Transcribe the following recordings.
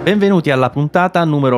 Benvenuti alla puntata numero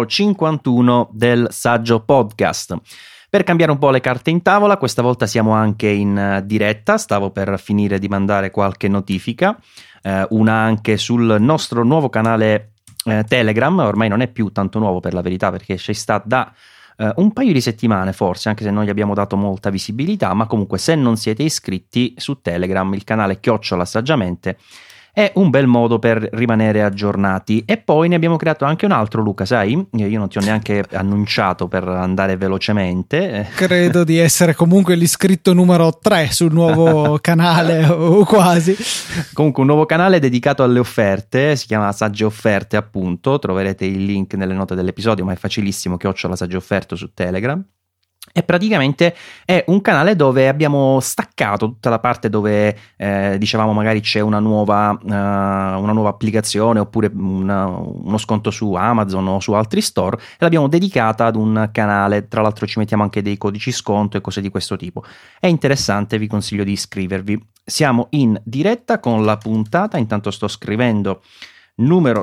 51 del Saggio Podcast. Per cambiare un po' le carte in tavola, questa volta siamo anche in diretta, stavo per finire di mandare qualche notifica, una anche sul nostro nuovo canale Telegram, ormai non è più tanto nuovo per la verità perché ci sta da un paio di settimane forse, anche se non gli abbiamo dato molta visibilità, ma comunque se non siete iscritti su Telegram, il canale @saggiamente è un bel modo per rimanere aggiornati. E poi ne abbiamo creato anche un altro, Luca, sai? Io non ti ho neanche annunciato per andare velocemente. Credo di essere comunque l'iscritto numero 3 sul nuovo canale o quasi. Comunque un nuovo canale dedicato alle offerte, si chiama Sagge Offerte appunto, troverete il link nelle note dell'episodio, ma è facilissimo, *Sagge Offerte* su Telegram. E praticamente è un canale dove abbiamo staccato tutta la parte dove dicevamo magari c'è una nuova applicazione oppure uno sconto su Amazon o su altri store, e l'abbiamo dedicata ad un canale. Tra l'altro ci mettiamo anche dei codici sconto e cose di questo tipo. È interessante, vi consiglio di iscrivervi. Siamo in diretta con la puntata, intanto sto scrivendo numero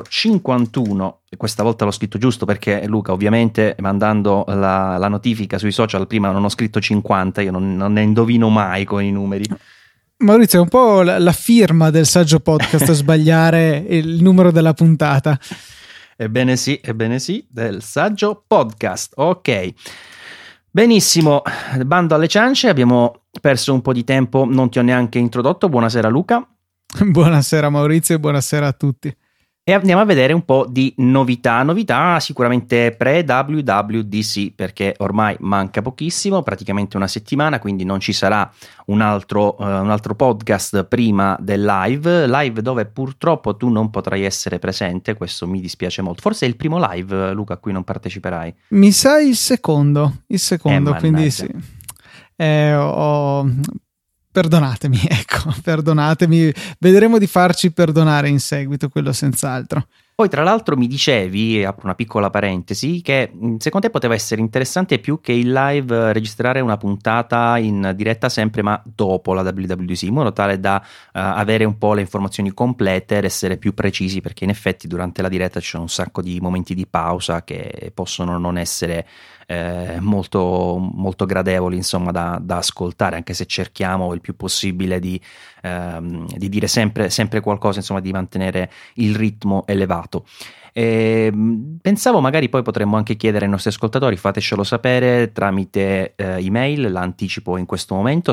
51, e questa volta l'ho scritto giusto perché Luca ovviamente mandando la notifica sui social prima non ho scritto 50, io non ne indovino mai con i numeri. Maurizio, è un po' la firma del Saggio Podcast sbagliare il numero della puntata. Ebbene sì, del Saggio Podcast, ok. Benissimo, bando alle ciance, abbiamo perso un po' di tempo, non ti ho neanche introdotto. Buonasera Luca. Buonasera Maurizio e buonasera a tutti. E andiamo a vedere un po' di novità sicuramente pre-WWDC, perché ormai manca pochissimo, praticamente una settimana, quindi non ci sarà un altro podcast prima del live dove purtroppo tu non potrai essere presente, questo mi dispiace molto. Forse è il primo live, Luca, a cui non parteciperai. Mi sa il secondo, quindi sì. Perdonatemi, vedremo di farci perdonare in seguito, quello senz'altro. Poi tra l'altro mi dicevi, apro una piccola parentesi, che secondo te poteva essere interessante più che il live registrare una puntata in diretta sempre ma dopo la WWDC, in modo tale da avere un po' le informazioni complete ed essere più precisi, perché in effetti durante la diretta ci sono un sacco di momenti di pausa che possono non essere molto, molto gradevoli insomma da ascoltare, anche se cerchiamo il più possibile di dire sempre qualcosa, insomma di mantenere il ritmo elevato. Pensavo magari poi potremmo anche chiedere ai nostri ascoltatori, fatecelo sapere tramite email, la anticipo in questo momento,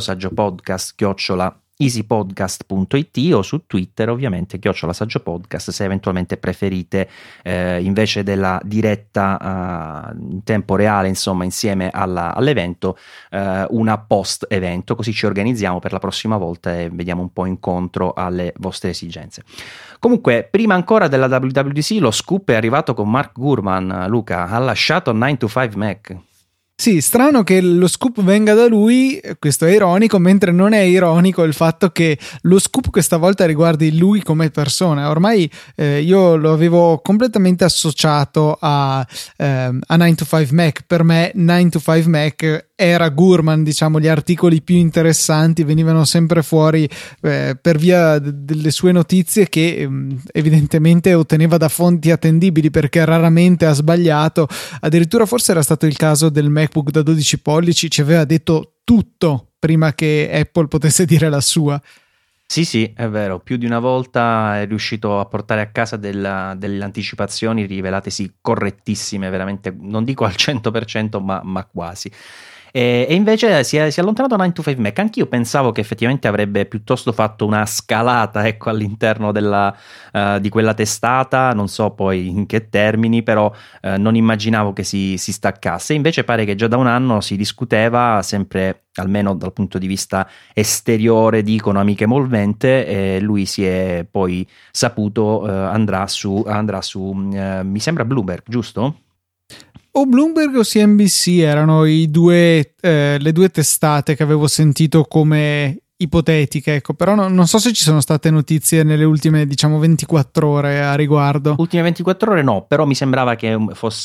saggiopodcast@easypodcast.it o su Twitter ovviamente @saggiopodcast, se eventualmente preferite invece della diretta in tempo reale insomma insieme all'evento una post evento, così ci organizziamo per la prossima volta e vediamo un po' incontro alle vostre esigenze. Comunque prima ancora della WWDC lo scoop è arrivato con Mark Gurman. Luca ha lasciato 9 to 5 Mac. Sì, strano che lo scoop venga da lui, questo è ironico, mentre non è ironico il fatto che lo scoop questa volta riguardi lui come persona. Ormai io lo avevo completamente associato a 9 to 5 Mac. Per me 9 to 5 Mac era Gurman, diciamo, gli articoli più interessanti venivano sempre fuori per via delle sue notizie che evidentemente otteneva da fonti attendibili, perché raramente ha sbagliato. Addirittura forse era stato il caso del MacBook da 12 pollici, ci aveva detto tutto prima che Apple potesse dire la sua. Sì, è vero, più di una volta è riuscito a portare a casa delle anticipazioni rivelatesi correttissime, veramente, non dico al 100%, ma quasi. E invece si è allontanato 9 to 5 Mac. Anch'io pensavo che effettivamente avrebbe piuttosto fatto una scalata, ecco, all'interno di quella testata, non so poi in che termini, però non immaginavo che si staccasse. Invece pare che già da un anno si discuteva, sempre almeno dal punto di vista esteriore, dicono amiche molmente, e lui si è poi saputo andrà su mi sembra Bloomberg, giusto? O Bloomberg o CNBC erano le due testate che avevo sentito come ipotetiche, ecco, però non so se ci sono state notizie nelle ultime 24 ore a riguardo. Ultime 24 ore no, però mi sembrava che fosse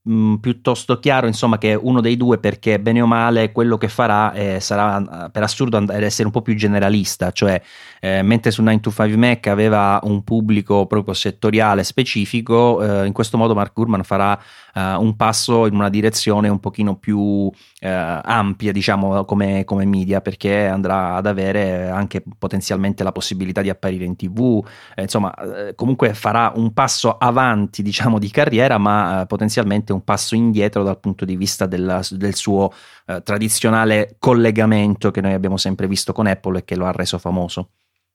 piuttosto chiaro, insomma, che uno dei due, perché bene o male quello che farà sarà per assurdo ad essere un po' più generalista, cioè mentre su 9 to 5 Mac aveva un pubblico proprio settoriale specifico, in questo modo Mark Gurman farà un passo in una direzione un pochino più ampia, diciamo, come media, perché andrà ad avere anche potenzialmente la possibilità di apparire in TV, insomma, comunque farà un passo avanti, diciamo, di carriera, ma potenzialmente un passo indietro dal punto di vista del suo tradizionale collegamento che noi abbiamo sempre visto con Apple e che lo ha reso famoso.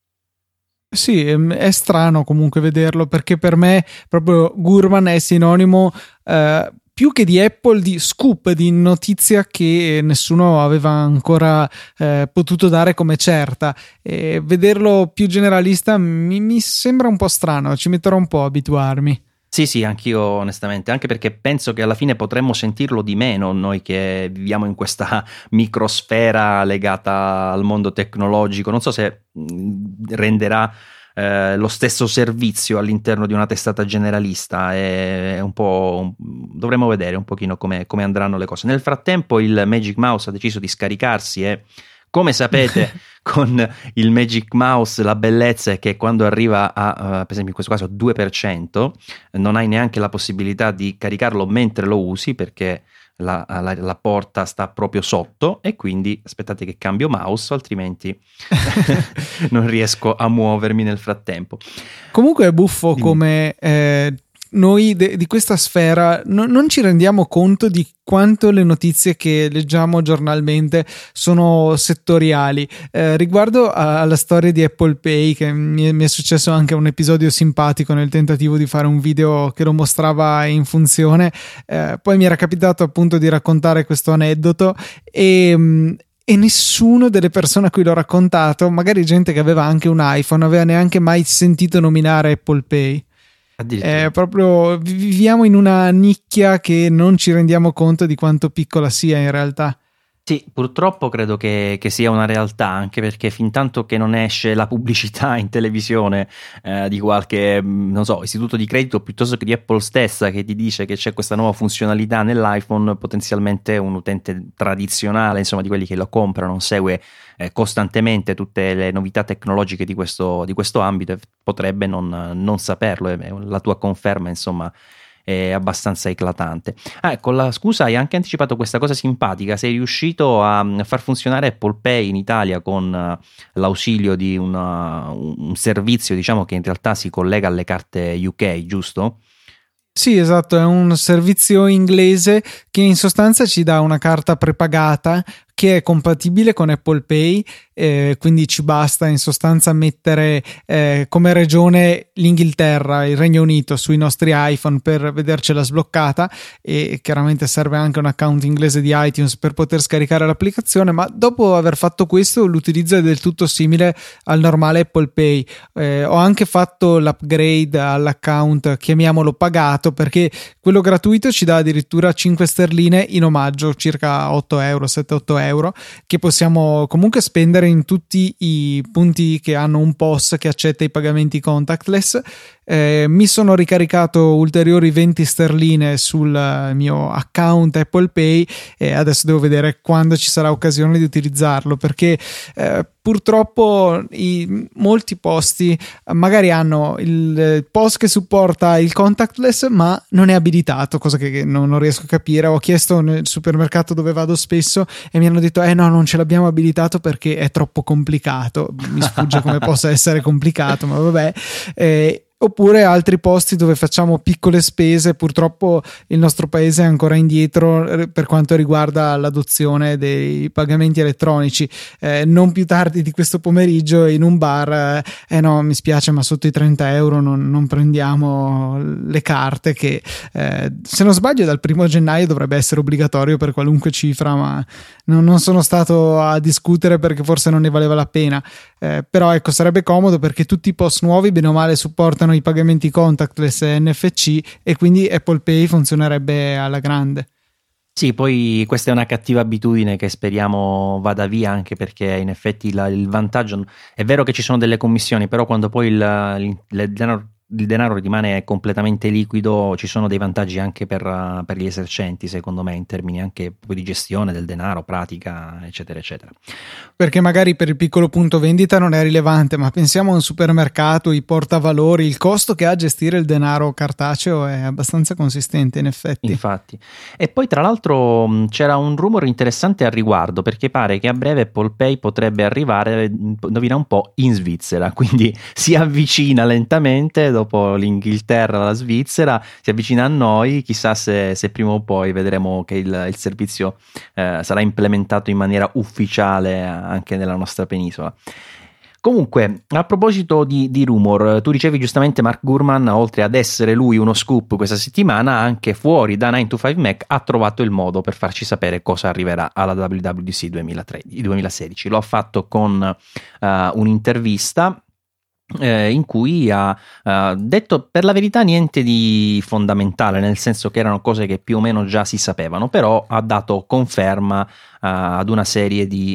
Sì, è strano comunque vederlo, perché per me proprio Gurman è sinonimo più che di Apple, di scoop, di notizia che nessuno aveva ancora potuto dare come certa. E vederlo più generalista mi sembra un po' strano, ci metterò un po' a abituarmi. Sì, anch'io onestamente, anche perché penso che alla fine potremmo sentirlo di meno noi che viviamo in questa microsfera legata al mondo tecnologico. Non so se renderà lo stesso servizio all'interno di una testata generalista, è un po', dovremo vedere un pochino come andranno le cose. Nel frattempo il Magic Mouse ha deciso di scaricarsi e, come sapete, con il Magic Mouse la bellezza è che quando arriva a, per esempio in questo caso 2%, non hai neanche la possibilità di caricarlo mentre lo usi, perché la porta sta proprio sotto, e quindi aspettate che cambio mouse, altrimenti non riesco a muovermi nel frattempo. Comunque è buffo come noi di questa sfera non ci rendiamo conto di quanto le notizie che leggiamo giornalmente sono settoriali. Riguardo alla storia di Apple Pay, che mi è successo anche un episodio simpatico nel tentativo di fare un video che lo mostrava in funzione, poi mi era capitato appunto di raccontare questo aneddoto e nessuno delle persone a cui l'ho raccontato, magari gente che aveva anche un iPhone, aveva neanche mai sentito nominare Apple Pay. Proprio viviamo in una nicchia che non ci rendiamo conto di quanto piccola sia in realtà. Sì, purtroppo credo che sia una realtà, anche perché fin tanto che non esce la pubblicità in televisione di qualche, non so, istituto di credito piuttosto che di Apple stessa che ti dice che c'è questa nuova funzionalità nell'iPhone, potenzialmente un utente tradizionale, insomma, di quelli che lo comprano, non segue costantemente tutte le novità tecnologiche di questo ambito, e potrebbe non saperlo. La tua conferma, insomma, è abbastanza eclatante. Ecco, scusa, hai anche anticipato questa cosa simpatica. Sei riuscito a far funzionare Apple Pay in Italia con l'ausilio di un servizio, diciamo, che in realtà si collega alle carte UK, giusto? Sì, esatto, è un servizio inglese che in sostanza ci dà una carta prepagata che è compatibile con Apple Pay, quindi ci basta in sostanza mettere come regione l'Inghilterra, il Regno Unito sui nostri iPhone per vedercela sbloccata, e chiaramente serve anche un account inglese di iTunes per poter scaricare l'applicazione, ma dopo aver fatto questo l'utilizzo è del tutto simile al normale Apple Pay. Ho anche fatto l'upgrade all'account, chiamiamolo pagato, perché quello gratuito ci dà addirittura 5 sterline in omaggio, circa 8 euro, 7-8 euro, che possiamo comunque spendere in tutti i punti che hanno un POS che accetta i pagamenti contactless. Mi sono ricaricato ulteriori 20 sterline sul mio account Apple Pay e adesso devo vedere quando ci sarà occasione di utilizzarlo, perché purtroppo molti posti magari hanno il POS che supporta il contactless ma non è abilitato, cosa che non riesco a capire. Ho chiesto nel supermercato dove vado spesso e mi hanno detto no, non ce l'abbiamo abilitato perché è troppo complicato. Mi sfugge come possa essere complicato, ma vabbè. Oppure altri posti dove facciamo piccole spese. Purtroppo il nostro paese è ancora indietro per quanto riguarda l'adozione dei pagamenti elettronici. Non più tardi di questo pomeriggio in un bar, no, mi spiace, ma sotto i 30 euro non prendiamo le carte, che se non sbaglio dal 1 gennaio dovrebbe essere obbligatorio per qualunque cifra, ma non sono stato a discutere perché forse non ne valeva la pena. Però ecco, sarebbe comodo perché tutti i POS nuovi bene o male supportano i pagamenti contactless e NFC, e quindi Apple Pay funzionerebbe alla grande. Sì, poi questa è una cattiva abitudine che speriamo vada via, anche perché in effetti il vantaggio è vero che ci sono delle commissioni, però quando poi il denaro il denaro rimane completamente liquido, ci sono dei vantaggi anche per gli esercenti, secondo me, in termini anche di gestione del denaro, pratica, eccetera, eccetera. Perché magari per il piccolo punto vendita non è rilevante, ma pensiamo a un supermercato, i portavalori, il costo che ha a gestire il denaro cartaceo è abbastanza consistente, in effetti. Infatti. E poi tra l'altro c'era un rumore interessante al riguardo, perché pare che a breve Apple Pay potrebbe arrivare, indovina un po', in Svizzera, quindi si avvicina lentamente, dopo l'Inghilterra, la Svizzera, si avvicina a noi, chissà se prima o poi vedremo che il servizio sarà implementato in maniera ufficiale anche nella nostra penisola. Comunque, a proposito di rumor, tu dicevi giustamente Mark Gurman, oltre ad essere lui uno scoop questa settimana, anche fuori da 9to5Mac ha trovato il modo per farci sapere cosa arriverà alla WWDC 2016. Lo ha fatto con un'intervista in cui ha detto per la verità niente di fondamentale, nel senso che erano cose che più o meno già si sapevano, però ha dato conferma ad una serie di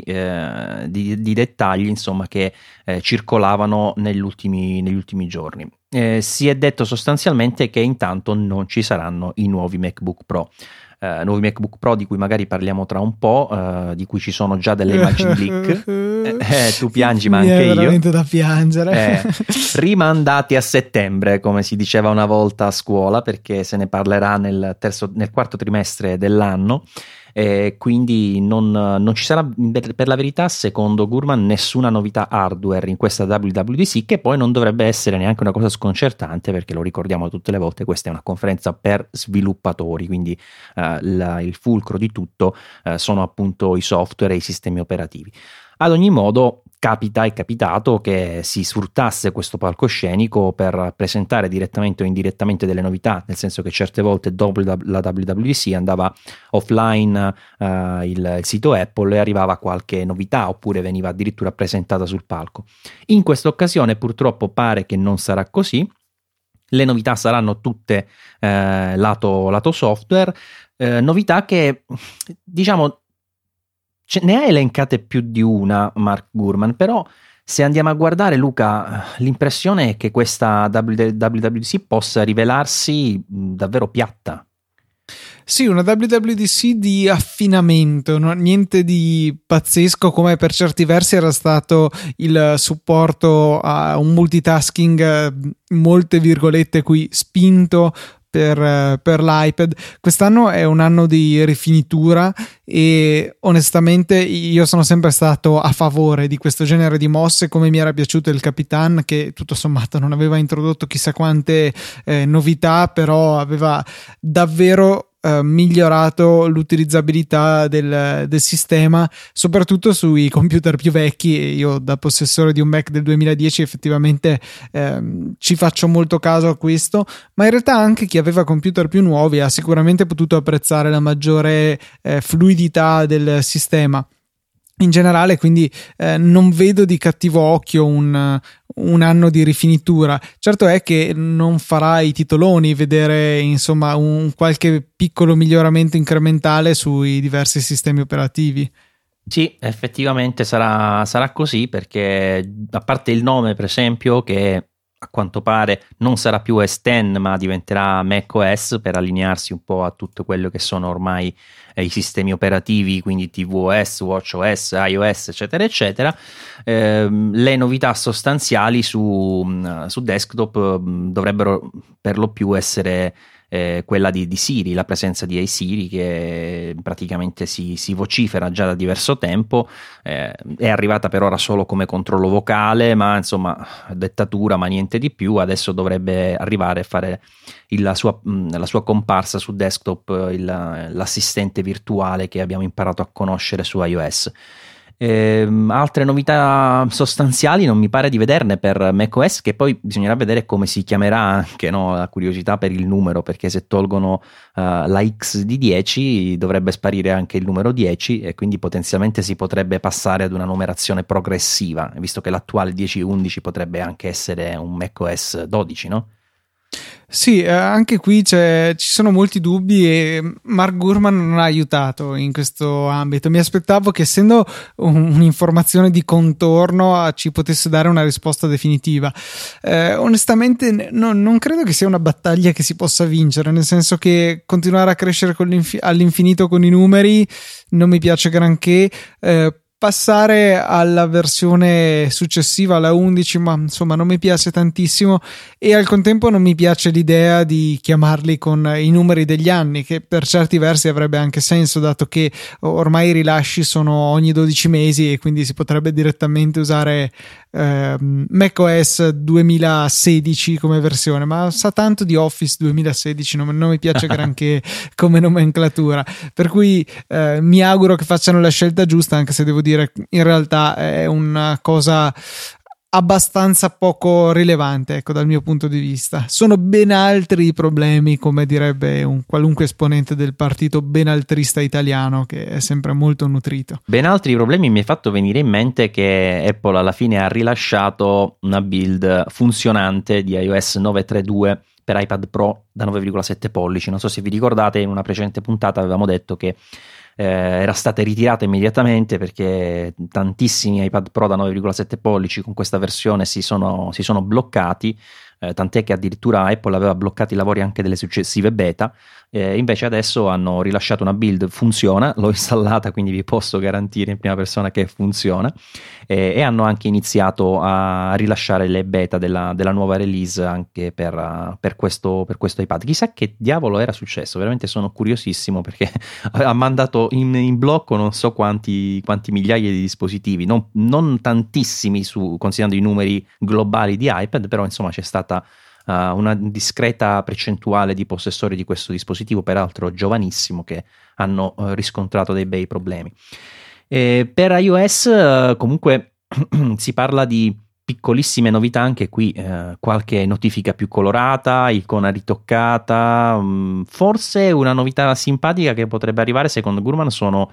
dettagli, insomma, che circolavano negli ultimi giorni. Si è detto sostanzialmente che intanto non ci saranno i nuovi MacBook Pro. Nuovi MacBook Pro di cui magari parliamo tra un po', di cui ci sono già delle immagini leak. Tu piangi, ma anche io. È veramente da piangere. Rimandati a settembre, come si diceva una volta a scuola, perché se ne parlerà nel quarto trimestre dell'anno. Quindi non ci sarà, per la verità, secondo Gurman, nessuna novità hardware in questa WWDC, che poi non dovrebbe essere neanche una cosa sconcertante, perché lo ricordiamo tutte le volte, questa è una conferenza per sviluppatori, quindi il fulcro di tutto sono appunto i software e i sistemi operativi. Ad ogni modo, è capitato che si sfruttasse questo palcoscenico per presentare direttamente o indirettamente delle novità, nel senso che certe volte dopo la WWDC andava offline il sito Apple e arrivava qualche novità, oppure veniva addirittura presentata sul palco. In questa occasione purtroppo pare che non sarà così. Le novità saranno tutte lato software, novità che, diciamo, ne ha elencate più di una Mark Gurman, però se andiamo a guardare, Luca, l'impressione è che questa WWDC possa rivelarsi davvero piatta. Sì, una WWDC di affinamento, niente di pazzesco, come per certi versi era stato il supporto a un multitasking, molte virgolette qui, spinto per l'iPad. Quest'anno è un anno di rifinitura e onestamente io sono sempre stato a favore di questo genere di mosse, come mi era piaciuto il Capitan, che tutto sommato non aveva introdotto chissà quante novità, però aveva davvero migliorato l'utilizzabilità del sistema, soprattutto sui computer più vecchi. Io, da possessore di un Mac del 2010, effettivamente ci faccio molto caso a questo, ma in realtà anche chi aveva computer più nuovi ha sicuramente potuto apprezzare la maggiore fluidità del sistema in generale, quindi non vedo di cattivo occhio un anno di rifinitura. Certo è che non farà i titoloni vedere, insomma, un qualche piccolo miglioramento incrementale sui diversi sistemi operativi. Sì, effettivamente sarà così, perché a parte il nome, per esempio, che a quanto pare non sarà più OS X ma diventerà macOS, per allinearsi un po' a tutto quello che sono ormai i sistemi operativi, quindi tvOS, watchOS, iOS, eccetera eccetera. Le novità sostanziali su desktop dovrebbero per lo più essere quella di Siri, la presenza di iSiri, che praticamente si vocifera già da diverso tempo, è arrivata per ora solo come controllo vocale, ma insomma dettatura, ma niente di più. Adesso dovrebbe arrivare a fare la sua comparsa su desktop, l'assistente virtuale che abbiamo imparato a conoscere su iOS. Altre novità sostanziali non mi pare di vederne per macOS, che poi bisognerà vedere come si chiamerà anche, no? La curiosità per il numero, perché se tolgono la X di 10 dovrebbe sparire anche il numero 10, e quindi potenzialmente si potrebbe passare ad una numerazione progressiva, visto che l'attuale 10-11 potrebbe anche essere un macOS 12, no? Sì, anche qui ci sono molti dubbi e Mark Gurman non ha aiutato in questo ambito. Mi aspettavo che, essendo un'informazione di contorno, ci potesse dare una risposta definitiva. Onestamente non credo che sia una battaglia che si possa vincere, nel senso che continuare a crescere all'infinito con i numeri non mi piace granché. Passare alla versione successiva, alla 11, ma insomma non mi piace tantissimo, e al contempo non mi piace l'idea di chiamarli con i numeri degli anni, che per certi versi avrebbe anche senso, dato che ormai i rilasci sono ogni 12 mesi e quindi si potrebbe direttamente usare macOS 2016 come versione, ma sa tanto di Office 2016, non mi piace granché come nomenclatura, per cui mi auguro che facciano la scelta giusta, anche se devo dire in realtà è una cosa abbastanza poco rilevante, ecco, dal mio punto di vista. Sono ben altri i problemi, come direbbe un qualunque esponente del partito benaltrista italiano, che è sempre molto nutrito. Ben altri problemi. Mi è fatto venire in mente che Apple alla fine ha rilasciato una build funzionante di iOS 9.3.2 per iPad Pro da 9,7 pollici. Non so se vi ricordate, in una precedente puntata avevamo detto che era stata ritirata immediatamente perché tantissimi iPad Pro da 9,7 pollici con questa versione si sono bloccati, tant'è che addirittura Apple aveva bloccato i lavori anche delle successive beta. Invece adesso hanno rilasciato una build, funziona, l'ho installata, quindi vi posso garantire in prima persona che funziona, e hanno anche iniziato a rilasciare le beta della nuova release anche per questo iPad. Chissà che diavolo era successo, veramente sono curiosissimo, perché ha mandato in blocco non so quanti migliaia di dispositivi, non tantissimi considerando i numeri globali di iPad, però insomma c'è stata una discreta percentuale di possessori di questo dispositivo, peraltro giovanissimo, che hanno riscontrato dei bei problemi. Per iOS comunque si parla di piccolissime novità anche qui, qualche notifica più colorata, icona ritoccata, forse una novità simpatica che potrebbe arrivare secondo Gurman sono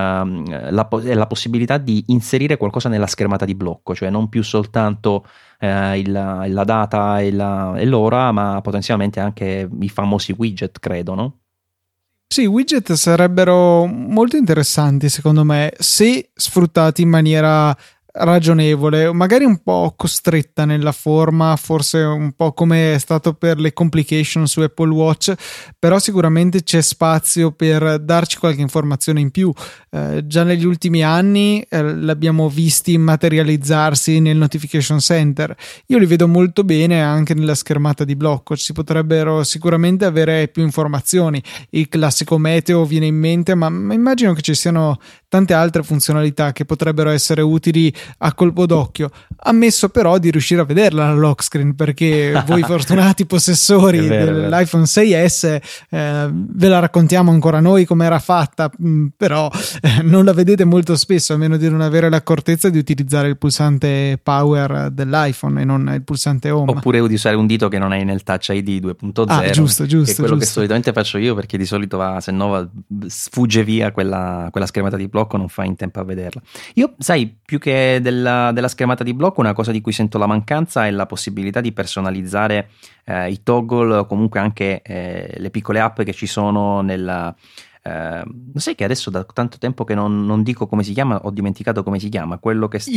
la possibilità di inserire qualcosa nella schermata di blocco, cioè non più soltanto la data e l'ora, ma potenzialmente anche i famosi widget, credo, no? Sì, widget sarebbero molto interessanti secondo me, se sfruttati in maniera ragionevole, magari un po' costretta nella forma, forse un po' come è stato per le complication su Apple Watch, però sicuramente c'è spazio per darci qualche informazione in più. Già negli ultimi anni l'abbiamo visti materializzarsi nel notification center. Io li vedo molto bene anche nella schermata di blocco, si potrebbero sicuramente avere più informazioni. Il classico meteo viene in mente, ma immagino che ci siano tante altre funzionalità che potrebbero essere utili a colpo d'occhio, ammesso però di riuscire a vederla la lock screen, perché voi fortunati possessori dell'iPhone 6S ve la raccontiamo ancora noi come era fatta, però non la vedete molto spesso, a meno di non avere l'accortezza di utilizzare il pulsante power dell'iPhone e non il pulsante home, oppure di usare un dito che non hai nel Touch ID 2.0. Giusto, che è quello che solitamente faccio io, perché di solito sfugge via quella schermata di blocco, non fa in tempo a vederla. Io, sai, più che della schermata di blocco, una cosa di cui sento la mancanza è la possibilità di personalizzare i toggle, o comunque anche le piccole app che ci sono nella... sai che adesso da tanto tempo che non dico come si chiama, ho dimenticato come si chiama, quello che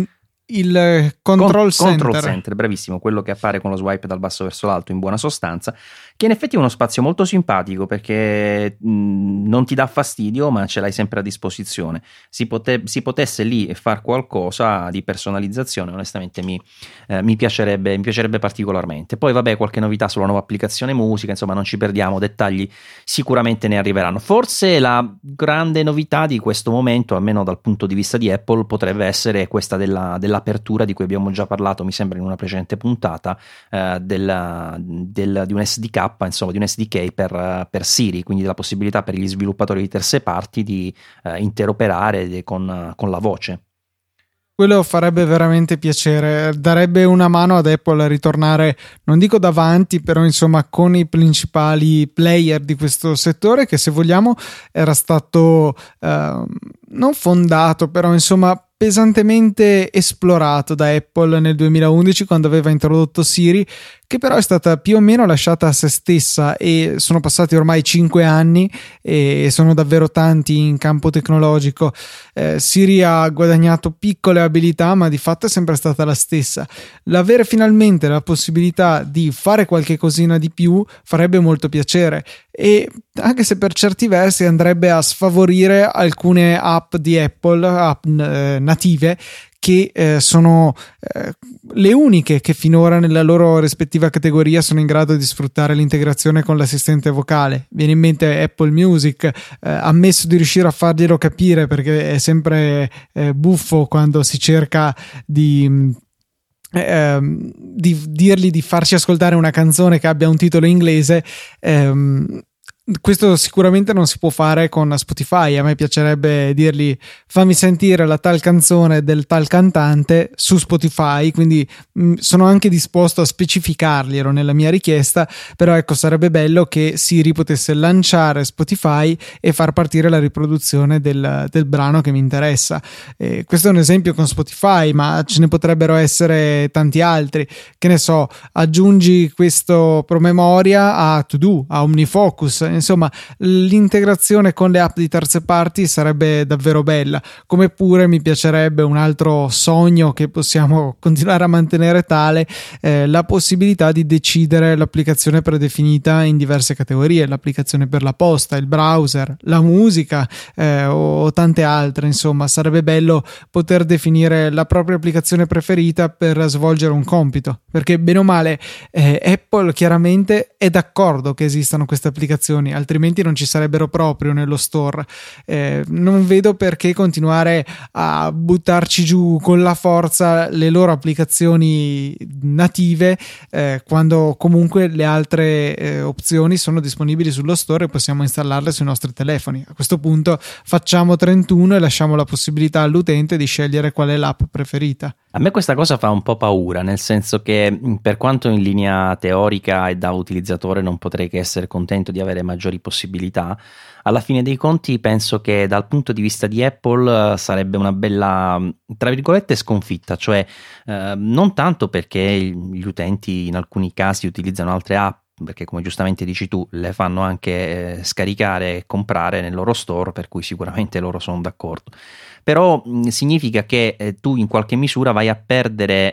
il control center, bravissimo, quello che appare con lo swipe dal basso verso l'alto, in buona sostanza, che in effetti è uno spazio molto simpatico, perché non ti dà fastidio, ma ce l'hai sempre a disposizione. Si potesse lì far qualcosa di personalizzazione, onestamente mi piacerebbe particolarmente. Poi vabbè, qualche novità sulla nuova applicazione musica, insomma non ci perdiamo, dettagli sicuramente ne arriveranno. Forse la grande novità di questo momento, almeno dal punto di vista di Apple, potrebbe essere questa dell'apertura di cui abbiamo già parlato, mi sembra, in una precedente puntata, di un SDK, insomma di un SDK per Siri, quindi la possibilità per gli sviluppatori di terze parti di interoperare con la voce. Quello farebbe veramente piacere, darebbe una mano ad Apple a ritornare, non dico davanti, però insomma con i principali player di questo settore, che se vogliamo era stato non fondato, però insomma pesantemente esplorato da Apple nel 2011, quando aveva introdotto Siri che però è stata più o meno lasciata a se stessa, e sono passati ormai 5 anni e sono davvero tanti in campo tecnologico. Siri ha guadagnato piccole abilità, ma di fatto è sempre stata la stessa. L'avere finalmente la possibilità di fare qualche cosina di più farebbe molto piacere, e anche se per certi versi andrebbe a sfavorire alcune app di Apple, app native, che sono le uniche che finora nella loro rispettiva categoria sono in grado di sfruttare l'integrazione con l'assistente vocale. Viene in mente Apple Music, ammesso di riuscire a farglielo capire, perché è sempre buffo quando si cerca di dirgli di farci ascoltare una canzone che abbia un titolo inglese. Questo sicuramente non si può fare con Spotify. A me piacerebbe dirgli: fammi sentire la tal canzone del tal cantante su Spotify, quindi sono anche disposto a specificarglielo nella mia richiesta, però ecco, sarebbe bello che Siri potesse lanciare Spotify e far partire la riproduzione del brano che mi interessa. Questo è un esempio con Spotify, ma ce ne potrebbero essere tanti altri. Che ne so, aggiungi questo promemoria a To Do, a OmniFocus. Insomma, l'integrazione con le app di terze parti sarebbe davvero bella, come pure mi piacerebbe un altro sogno che possiamo continuare a mantenere tale, la possibilità di decidere l'applicazione predefinita in diverse categorie: l'applicazione per la posta, il browser, la musica, o tante altre. Insomma, sarebbe bello poter definire la propria applicazione preferita per svolgere un compito, perché bene o male Apple chiaramente è d'accordo che esistano queste applicazioni, altrimenti non ci sarebbero proprio nello store. Non vedo perché continuare a buttarci giù con la forza le loro applicazioni native, quando comunque le altre opzioni sono disponibili sullo store e possiamo installarle sui nostri telefoni. A questo punto facciamo 31 e lasciamo la possibilità all'utente di scegliere qual è l'app preferita. A me questa cosa fa un po' paura, nel senso che, per quanto in linea teorica e da utilizzatore non potrei che essere contento di avere maggiori possibilità, alla fine dei conti penso che dal punto di vista di Apple sarebbe una bella, tra virgolette, sconfitta, cioè non tanto perché gli utenti in alcuni casi utilizzano altre app, perché come giustamente dici tu le fanno anche scaricare e comprare nel loro store, per cui sicuramente loro sono d'accordo, però significa che tu in qualche misura vai a perdere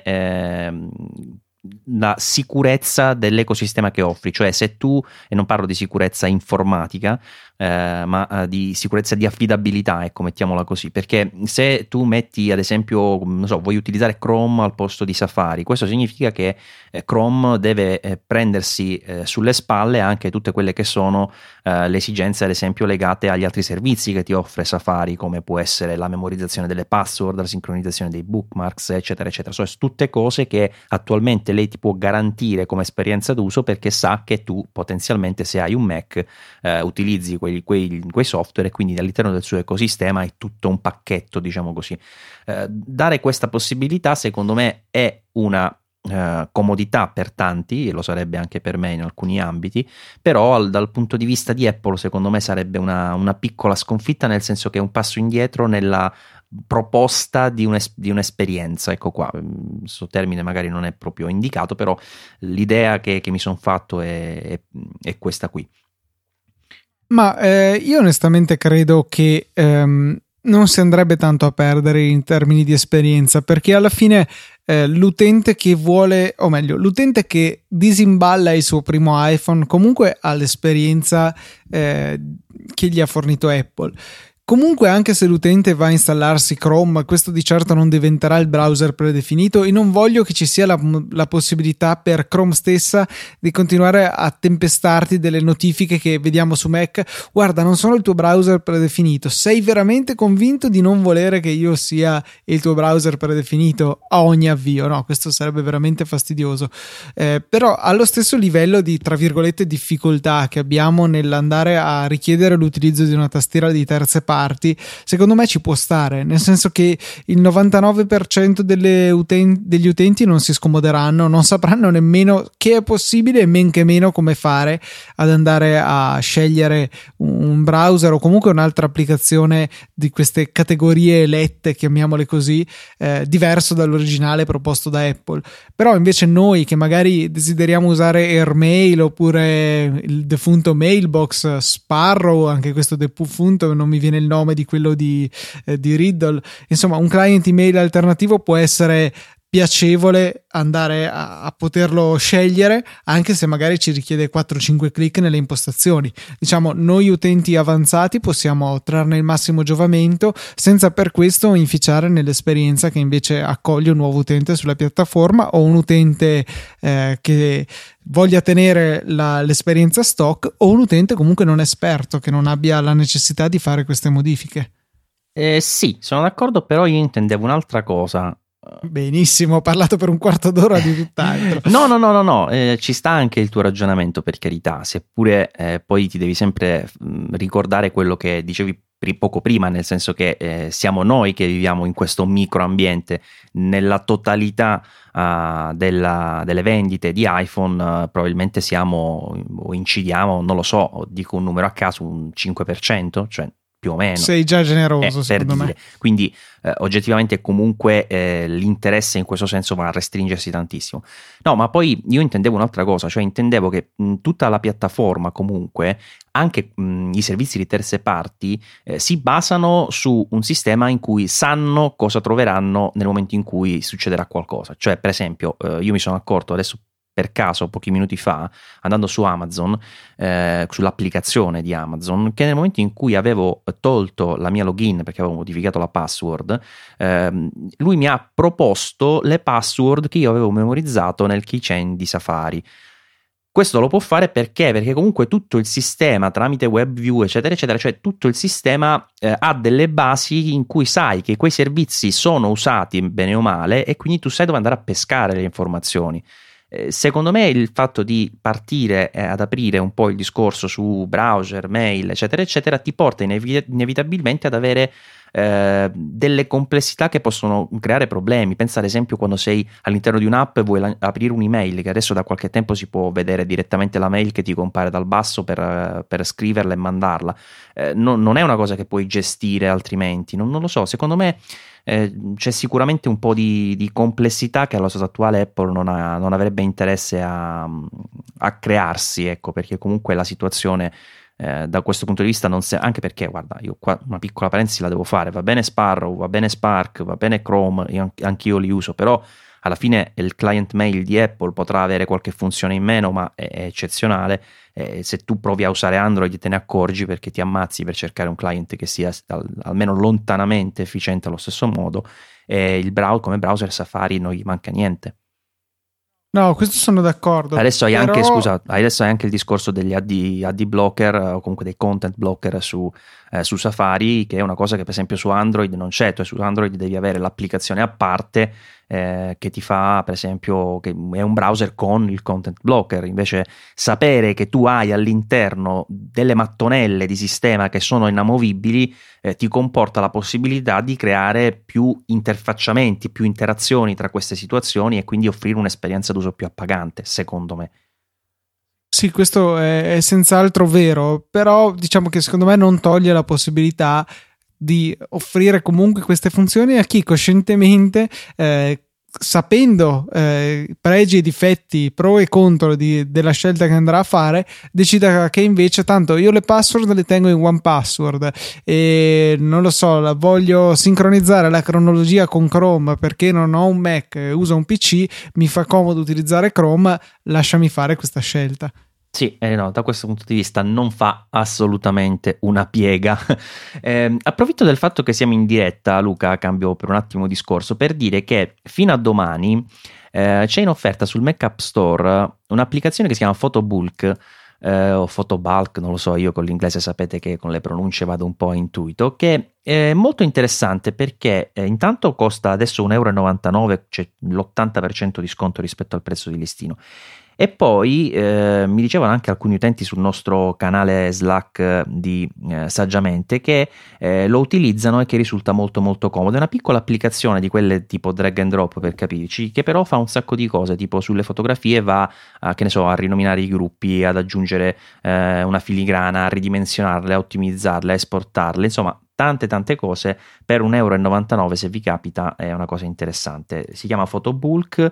la sicurezza dell'ecosistema che offri. Cioè, se tu, e non parlo di sicurezza informatica, ma di sicurezza di affidabilità, ecco, mettiamola così, perché se tu metti, ad esempio, non so, vuoi utilizzare Chrome al posto di Safari, questo significa che Chrome deve prendersi sulle spalle anche tutte quelle che sono le esigenze, ad esempio, legate agli altri servizi che ti offre Safari, come può essere la memorizzazione delle password, la sincronizzazione dei bookmarks, eccetera eccetera. Sono tutte cose che attualmente lei ti può garantire come esperienza d'uso, perché sa che tu potenzialmente, se hai un Mac, utilizzi quei software, e quindi all'interno del suo ecosistema è tutto un pacchetto, diciamo così. Dare questa possibilità secondo me è una comodità per tanti, e lo sarebbe anche per me in alcuni ambiti, però dal punto di vista di Apple secondo me sarebbe una piccola sconfitta, nel senso che è un passo indietro nella proposta di un'esperienza. Ecco qua, questo termine magari non è proprio indicato, però l'idea che mi sono fatto è questa qui. Ma io onestamente credo che non si andrebbe tanto a perdere in termini di esperienza, perché alla fine l'utente che vuole, o meglio, l'utente che disimballa il suo primo iPhone comunque ha l'esperienza che gli ha fornito Apple. Comunque, anche se l'utente va a installarsi Chrome, questo di certo non diventerà il browser predefinito, e non voglio che ci sia la possibilità per Chrome stessa di continuare a tempestarti delle notifiche che vediamo su Mac. Guarda, non sono il tuo browser predefinito, sei veramente convinto di non volere che io sia il tuo browser predefinito a ogni avvio? No, questo sarebbe veramente fastidioso. Però allo stesso livello di, tra virgolette, difficoltà che abbiamo nell'andare a richiedere l'utilizzo di una tastiera di terze parti, parti, secondo me ci può stare, nel senso che il 99% degli utenti non si scomoderanno, non sapranno nemmeno che è possibile e men che meno come fare ad andare a scegliere un browser o comunque un'altra applicazione di queste categorie elette, chiamiamole così, diverso dall'originale proposto da Apple. Però invece noi che magari desideriamo usare AirMail oppure il defunto Mailbox, Sparrow, anche questo defunto, non mi viene il nome di quello di Riddle, insomma un client email alternativo può essere piacevole andare a poterlo scegliere, anche se magari ci richiede 4-5 click nelle impostazioni. Diciamo, noi utenti avanzati possiamo trarne il massimo giovamento senza per questo inficiare nell'esperienza che invece accoglie un nuovo utente sulla piattaforma o un utente che voglia tenere l'esperienza stock, o un utente comunque non esperto che non abbia la necessità di fare queste modifiche. Sì, sono d'accordo, però io intendevo un'altra cosa. Benissimo, ho parlato per un quarto d'ora di tutt'altro. No, ci sta anche il tuo ragionamento, per carità, seppure poi ti devi sempre ricordare quello che dicevi poco prima, nel senso che siamo noi che viviamo in questo microambiente. Nella totalità delle vendite di iPhone probabilmente siamo o incidiamo, non lo so, dico un numero a caso, un 5%, cioè più o meno. Sei già generoso, secondo me. Quindi oggettivamente comunque l'interesse in questo senso va a restringersi tantissimo. No, ma poi io intendevo un'altra cosa, cioè intendevo che tutta la piattaforma comunque, anche i servizi di terze parti, si basano su un sistema in cui sanno cosa troveranno nel momento in cui succederà qualcosa. Cioè, per esempio, io mi sono accorto adesso per caso pochi minuti fa, andando su Amazon, sull'applicazione di Amazon, che nel momento in cui avevo tolto la mia login perché avevo modificato la password, lui mi ha proposto le password che io avevo memorizzato nel keychain di Safari. Questo lo può fare perché comunque tutto il sistema tramite WebView eccetera eccetera, cioè tutto il sistema ha delle basi in cui sai che quei servizi sono usati bene o male e quindi tu sai dove andare a pescare le informazioni. Secondo me il fatto di partire ad aprire un po' il discorso su browser, mail, eccetera, eccetera, ti porta inevitabilmente ad avere delle complessità che possono creare problemi. Pensa ad esempio quando sei all'interno di un'app e vuoi aprire un'email, che adesso da qualche tempo si può vedere direttamente la mail che ti compare dal basso per scriverla e mandarla. Non è una cosa che puoi gestire altrimenti, non lo so, secondo me c'è sicuramente un po' di complessità che allo stato attuale Apple non avrebbe interesse a crearsi, ecco, perché comunque la situazione da questo punto di vista anche perché, guarda, io qua una piccola parentesi la devo fare, va bene Sparrow, va bene Spark, va bene Chrome, anch'io li uso, però alla fine il client mail di Apple potrà avere qualche funzione in meno, ma è eccezionale. Se tu provi a usare Android te ne accorgi, perché ti ammazzi per cercare un client che sia almeno lontanamente efficiente allo stesso modo, e come browser Safari non gli manca niente. No, questo sono d'accordo. Adesso hai anche il discorso degli AD blocker o comunque dei content blocker su Safari, che è una cosa che per esempio su Android non c'è. Tu su Android devi avere l'applicazione a parte che ti fa, per esempio, che è un browser con il content blocker. Invece sapere che tu hai all'interno delle mattonelle di sistema che sono inamovibili ti comporta la possibilità di creare più interfacciamenti, più interazioni tra queste situazioni e quindi offrire un'esperienza d'uso più appagante, secondo me. Sì, questo è senz'altro vero, però diciamo che secondo me non toglie la possibilità di offrire comunque queste funzioni a chi coscientemente, sapendo pregi e difetti, pro e contro della scelta che andrà a fare, decida che invece tanto io le password le tengo in OnePassword e non lo so, voglio sincronizzare la cronologia con Chrome perché non ho un Mac, uso un PC, mi fa comodo utilizzare Chrome, lasciami fare questa scelta. Sì, no, da questo punto di vista non fa assolutamente una piega. Approfitto del fatto che siamo in diretta, Luca, cambio per un attimo discorso, per dire che fino a domani c'è in offerta sul Mac App Store un'applicazione che si chiama Photobulk o Photobulk, non lo so, io con l'inglese sapete che con le pronunce vado un po' a intuito, che è molto interessante perché intanto costa adesso €1,99, c'è l'80% di sconto rispetto al prezzo di listino. E poi mi dicevano anche alcuni utenti sul nostro canale Slack di Saggiamente che lo utilizzano e che risulta molto molto comodo. È una piccola applicazione di quelle tipo drag and drop, per capirci, che però fa un sacco di cose, tipo sulle fotografie va che ne so, a rinominare i gruppi, ad aggiungere una filigrana, a ridimensionarle, a ottimizzarle, a esportarle, insomma tante cose per 1,99 euro. Se vi capita è una cosa interessante. Si chiama Photobulk,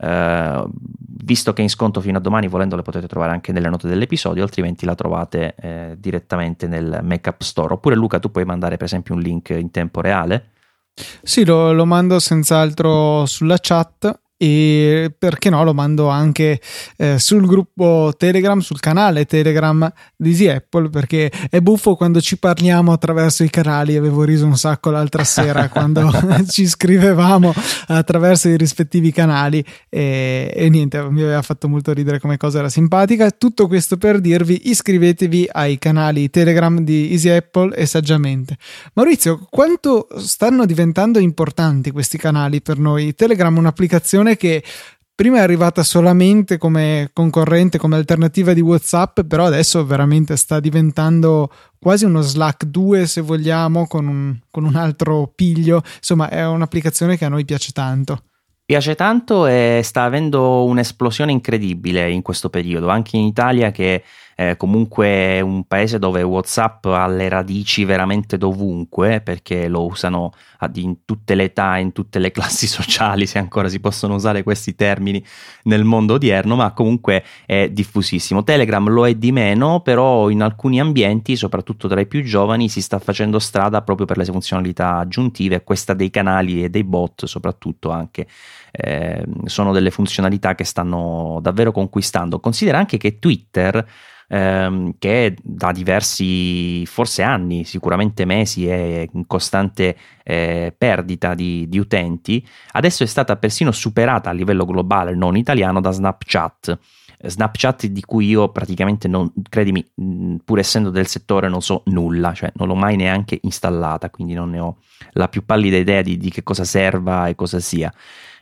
visto che è in sconto fino a domani, volendo le potete trovare anche nelle note dell'episodio, altrimenti la trovate direttamente nel Mac App Store. Oppure Luca, tu puoi mandare per esempio un link in tempo reale? Sì, lo mando senz'altro sulla chat, e perché no, lo mando anche sul gruppo Telegram, sul canale Telegram di Easy Apple, perché è buffo quando ci parliamo attraverso i canali. Avevo riso un sacco l'altra sera quando ci scrivevamo attraverso i rispettivi canali e niente, mi aveva fatto molto ridere come cosa, era simpatica. Tutto questo per dirvi: iscrivetevi ai canali Telegram di Easy Apple e Saggiamente. Maurizio, quanto stanno diventando importanti questi canali per noi? Telegram è un'applicazione che prima è arrivata solamente come concorrente, come alternativa di WhatsApp, però adesso veramente sta diventando quasi uno Slack 2, se vogliamo, con un altro piglio. Insomma, è un'applicazione che a noi piace tanto. Piace tanto e sta avendo un'esplosione incredibile in questo periodo, anche in Italia, che comunque è un paese dove WhatsApp ha le radici veramente dovunque, perché lo usano in tutte le età, in tutte le classi sociali, se ancora si possono usare questi termini nel mondo odierno, ma comunque è diffusissimo. Telegram lo è di meno, però in alcuni ambienti, soprattutto tra i più giovani, si sta facendo strada proprio per le funzionalità aggiuntive. Questa dei canali e dei bot soprattutto anche sono delle funzionalità che stanno davvero conquistando. Considera anche che Twitter, che da diversi, forse anni, sicuramente mesi, è in costante perdita di utenti, adesso è stata persino superata a livello globale, non italiano, da Snapchat, di cui io praticamente non, credimi, pur essendo del settore, non so nulla, cioè non l'ho mai neanche installata, quindi non ne ho la più pallida idea di che cosa serva e cosa sia.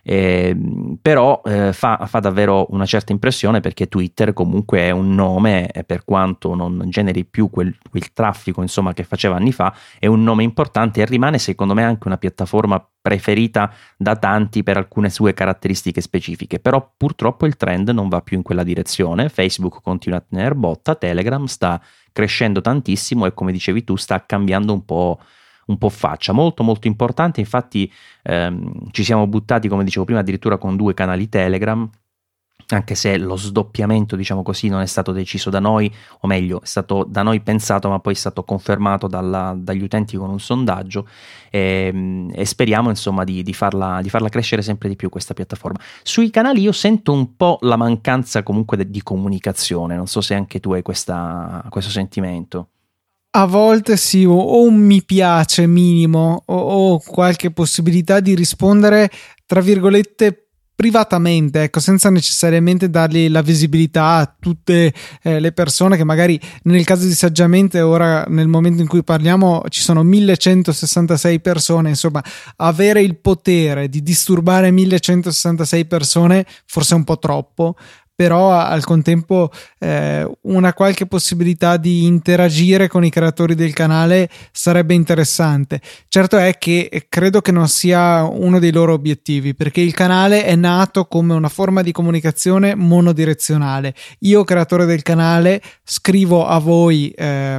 Però fa davvero una certa impressione, perché Twitter comunque è un nome, per quanto non generi più quel traffico insomma che faceva anni fa, è un nome importante e rimane secondo me anche una piattaforma preferita da tanti per alcune sue caratteristiche specifiche. Però purtroppo il trend non va più in quella direzione. Facebook continua a tenere botta, Telegram sta crescendo tantissimo e, come dicevi tu, sta cambiando un po' faccia, molto molto importante. Infatti ci siamo buttati, come dicevo prima, addirittura con 2 canali Telegram, anche se lo sdoppiamento, diciamo così, non è stato deciso da noi, o meglio, è stato da noi pensato, ma poi è stato confermato dagli utenti con un sondaggio, e speriamo insomma di farla crescere sempre di più questa piattaforma. Sui canali io sento un po' la mancanza comunque di comunicazione, non so se anche tu hai questo sentimento. A volte sì, o un mi piace minimo o qualche possibilità di rispondere, tra virgolette, privatamente, ecco, senza necessariamente dargli la visibilità a tutte le persone che magari, nel caso di Saggiamente, ora nel momento in cui parliamo ci sono 1166 persone, insomma avere il potere di disturbare 1166 persone forse è un po' troppo, però al contempo una qualche possibilità di interagire con i creatori del canale sarebbe interessante. Certo è che credo che non sia uno dei loro obiettivi, perché il canale è nato come una forma di comunicazione monodirezionale. Io, creatore del canale, scrivo a voi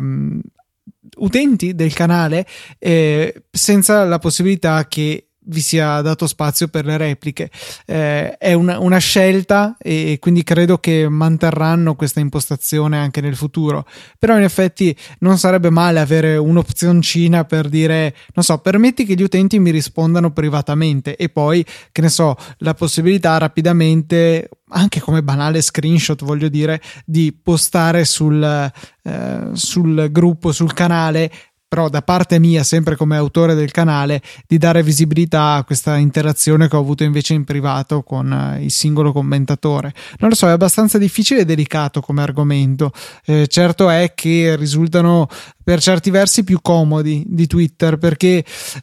utenti del canale senza la possibilità che vi sia dato spazio per le repliche. È una scelta, e quindi credo che manterranno questa impostazione anche nel futuro. Però in effetti non sarebbe male avere un'opzioncina per dire, non so, permetti che gli utenti mi rispondano privatamente, e poi, che ne so, la possibilità rapidamente, anche come banale screenshot, voglio dire, di postare sul gruppo, sul canale, però da parte mia, sempre come autore del canale, di dare visibilità a questa interazione che ho avuto invece in privato con il singolo commentatore. Non lo so, è abbastanza difficile e delicato come argomento. Certo è che risultano per certi versi più comodi di Twitter, perché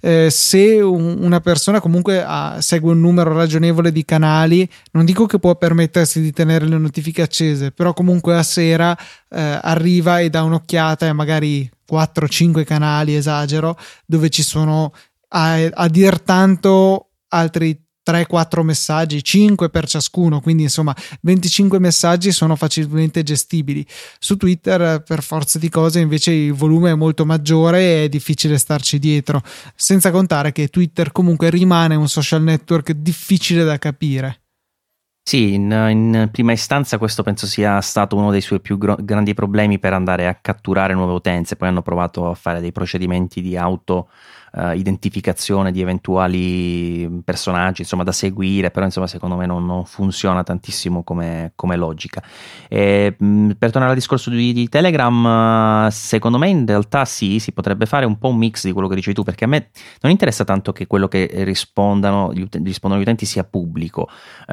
se una persona comunque segue un numero ragionevole di canali, non dico che può permettersi di tenere le notifiche accese, però comunque a sera arriva e dà un'occhiata e magari 4-5 canali, esagero, dove ci sono a dir tanto altri 3-4 messaggi, 5 per ciascuno, quindi insomma 25 messaggi sono facilmente gestibili. Su Twitter per forza di cose invece il volume è molto maggiore e è difficile starci dietro, senza contare che Twitter comunque rimane un social network difficile da capire. Sì, in prima istanza questo penso sia stato uno dei suoi più grandi problemi per andare a catturare nuove utenze. Poi hanno provato a fare dei procedimenti di identificazione di eventuali personaggi, insomma, da seguire, però insomma secondo me non funziona tantissimo come logica. Per tornare al discorso di Telegram, secondo me in realtà sì, si potrebbe fare un po' un mix di quello che dici tu, perché a me non interessa tanto che quello che rispondono gli utenti sia pubblico,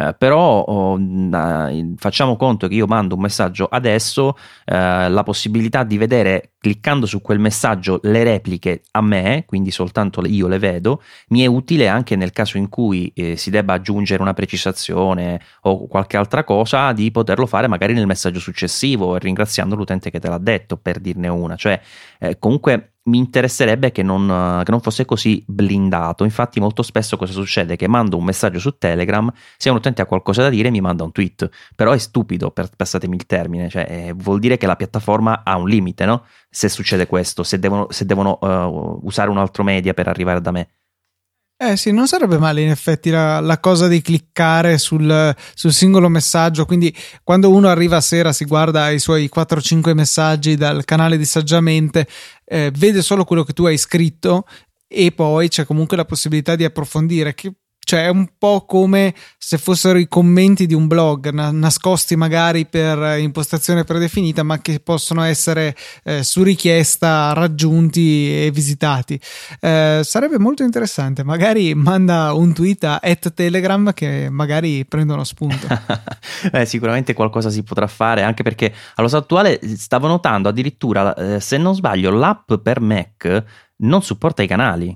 però facciamo conto che io mando un messaggio adesso, la possibilità di vedere, cliccando su quel messaggio, le repliche a me, quindi soltanto io le vedo, mi è utile anche nel caso in cui si debba aggiungere una precisazione o qualche altra cosa, di poterlo fare magari nel messaggio successivo, ringraziando l'utente che te l'ha detto, per dirne una. Cioè comunque mi interesserebbe che non fosse così blindato. Infatti molto spesso cosa succede? Che mando un messaggio su Telegram, se un utente ha qualcosa da dire mi manda un tweet, però è stupido, passatemi il termine, cioè vuol dire che la piattaforma ha un limite, no? Se succede questo, se devono usare un altro media per arrivare da me. Sì, non sarebbe male in effetti la cosa di cliccare sul singolo messaggio, quindi quando uno arriva a sera si guarda i suoi 4-5 messaggi dal canale di Saggiamente, vede solo quello che tu hai scritto e poi c'è comunque la possibilità di approfondire, cioè è un po' come se fossero i commenti di un blog, nascosti magari per impostazione predefinita, ma che possono essere su richiesta raggiunti e visitati. Sarebbe molto interessante, magari manda un tweet a @telegram che magari prendono spunto. Sicuramente qualcosa si potrà fare, anche perché allo stato attuale stavo notando addirittura, se non sbaglio, l'app per Mac non supporta i canali.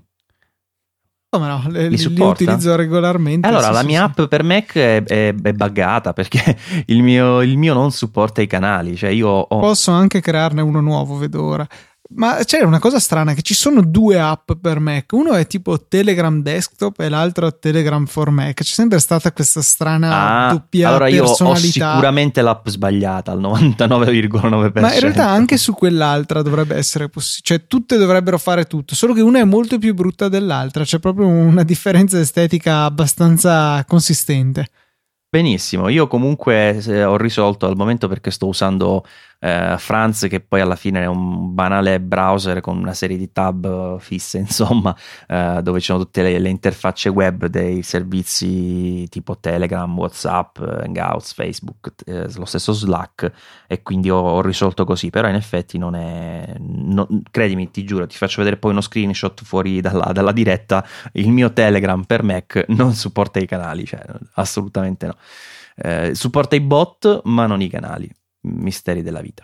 Come no, li utilizzo regolarmente. Allora, sì, la mia app per Mac è buggata, perché il mio non supporta i canali. Cioè Posso anche crearne uno nuovo, vedo ora. Ma c'è una cosa strana, che ci sono 2 app per Mac, uno è tipo Telegram Desktop e l'altro Telegram for Mac. C'è sempre stata questa strana doppia allora personalità. Allora io ho sicuramente l'app sbagliata al 99,9%. Ma in realtà anche su quell'altra dovrebbe essere possibile, cioè tutte dovrebbero fare tutto, solo che una è molto più brutta dell'altra, c'è proprio una differenza estetica abbastanza consistente. Benissimo, io comunque ho risolto al momento, perché sto usando Franz, che poi alla fine è un banale browser con una serie di tab fisse, insomma, dove ci sono tutte le interfacce web dei servizi tipo Telegram, WhatsApp, Hangouts, Facebook, lo stesso Slack, e quindi ho risolto così. Però in effetti non è, credimi, ti giuro, ti faccio vedere poi uno screenshot fuori dalla diretta. Il mio Telegram per Mac non supporta i canali, cioè assolutamente no. Supporta i bot ma non i canali. Misteri della vita.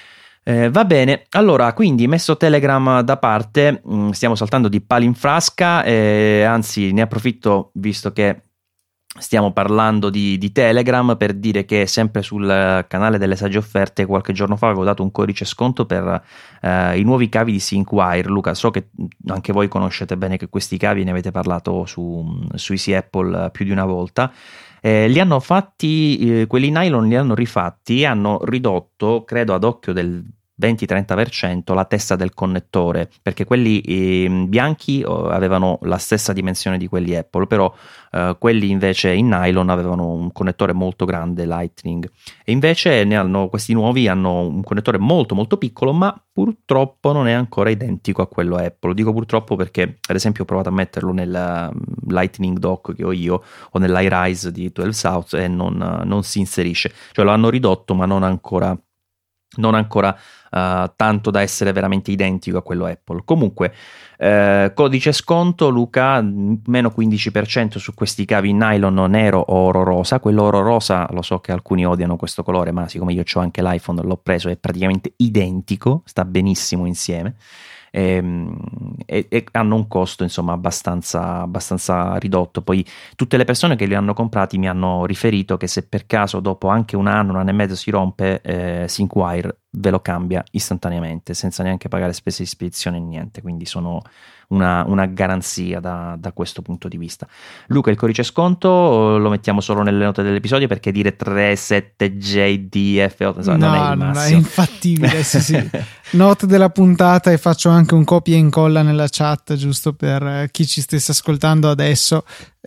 Va bene, allora, quindi messo Telegram da parte, stiamo saltando di palo in frasca, anzi ne approfitto, visto che stiamo parlando di Telegram, per dire che sempre sul canale delle Sagge Offerte qualche giorno fa avevo dato un codice sconto per i nuovi cavi di SyncWire. Luca, so che anche voi conoscete bene che questi cavi, ne avete parlato su Easy Apple più di una volta. Li hanno fatti, quelli nylon li hanno rifatti e hanno ridotto, credo ad occhio del 20-30%, la testa del connettore, perché quelli bianchi avevano la stessa dimensione di quelli Apple, però quelli invece in nylon avevano un connettore molto grande Lightning, e invece questi nuovi hanno un connettore molto molto piccolo, ma purtroppo non è ancora identico a quello Apple. Dico purtroppo perché ad esempio ho provato a metterlo nel Lightning Dock che ho io o nell'iRise di 12 South e non si inserisce, cioè lo hanno ridotto ma non ancora tanto da essere veramente identico a quello Apple. Comunque, codice sconto, Luca, meno 15% su questi cavi in nylon nero o oro rosa. Quello oro rosa, lo so che alcuni odiano questo colore, ma siccome io ho anche l'iPhone, l'ho preso, è praticamente identico, sta benissimo insieme. E hanno un costo insomma abbastanza ridotto. Poi tutte le persone che li hanno comprati mi hanno riferito che se per caso dopo anche un anno e mezzo si rompe, Sinkwire ve lo cambia istantaneamente senza neanche pagare spese di spedizione e niente, quindi sono una garanzia da questo punto di vista. Luca, il codice sconto lo mettiamo solo nelle note dell'episodio, perché dire 37JDF8 non è il massimo. È infattibile. Sì. Note della puntata, e faccio anche un copia e incolla nella chat giusto per chi ci stesse ascoltando adesso.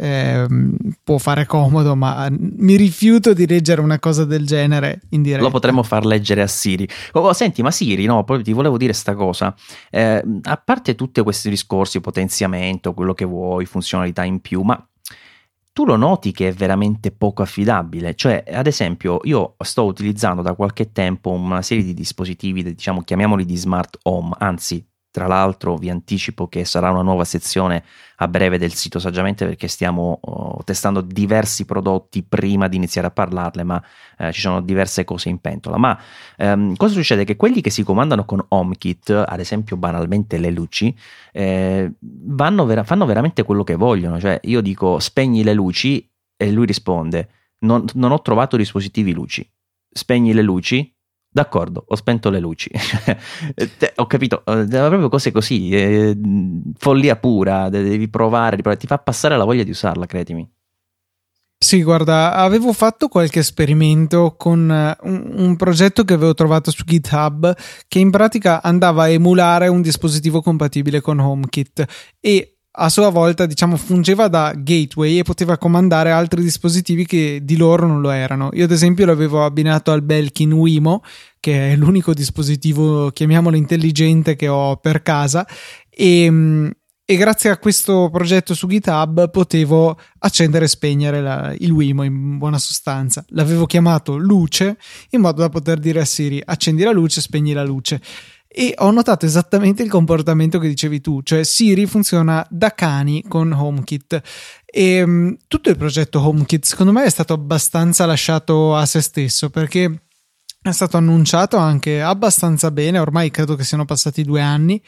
Può fare comodo, ma mi rifiuto di leggere una cosa del genere in diretta. Lo potremmo far leggere a Siri. Senti, ma Siri, no, poi ti volevo dire sta cosa, a parte tutti questi discorsi, potenziamento, quello che vuoi, funzionalità in più, ma tu lo noti che è veramente poco affidabile? Cioè, ad esempio, io sto utilizzando da qualche tempo una serie di dispositivi, diciamo, chiamiamoli di smart home, anzi, tra l'altro vi anticipo che sarà una nuova sezione a breve del sito Saggiamente, perché stiamo testando diversi prodotti prima di iniziare a parlarle, ma ci sono diverse cose in pentola. Ma cosa succede? Che quelli che si comandano con HomeKit, ad esempio banalmente le luci, fanno veramente quello che vogliono. Cioè io dico spegni le luci e lui risponde non ho trovato dispositivi luci. Spegni le luci? D'accordo, ho spento le luci. Ho capito, proprio cose così, follia pura, devi provare, ti fa passare la voglia di usarla, credimi. Sì, guarda, avevo fatto qualche esperimento con un progetto che avevo trovato su GitHub, che in pratica andava a emulare un dispositivo compatibile con HomeKit e a sua volta, diciamo, fungeva da gateway e poteva comandare altri dispositivi che di loro non lo erano. Io ad esempio l'avevo abbinato al Belkin Wemo, che è l'unico dispositivo, chiamiamolo intelligente, che ho per casa, e grazie a questo progetto su GitHub potevo accendere e spegnere il Wemo, in buona sostanza. L'avevo chiamato luce in modo da poter dire a Siri accendi la luce, spegni la luce. E ho notato esattamente il comportamento che dicevi tu, cioè Siri funziona da cani con HomeKit. E tutto il progetto HomeKit secondo me è stato abbastanza lasciato a se stesso, perché è stato annunciato anche abbastanza bene, ormai credo che siano passati 2 anni,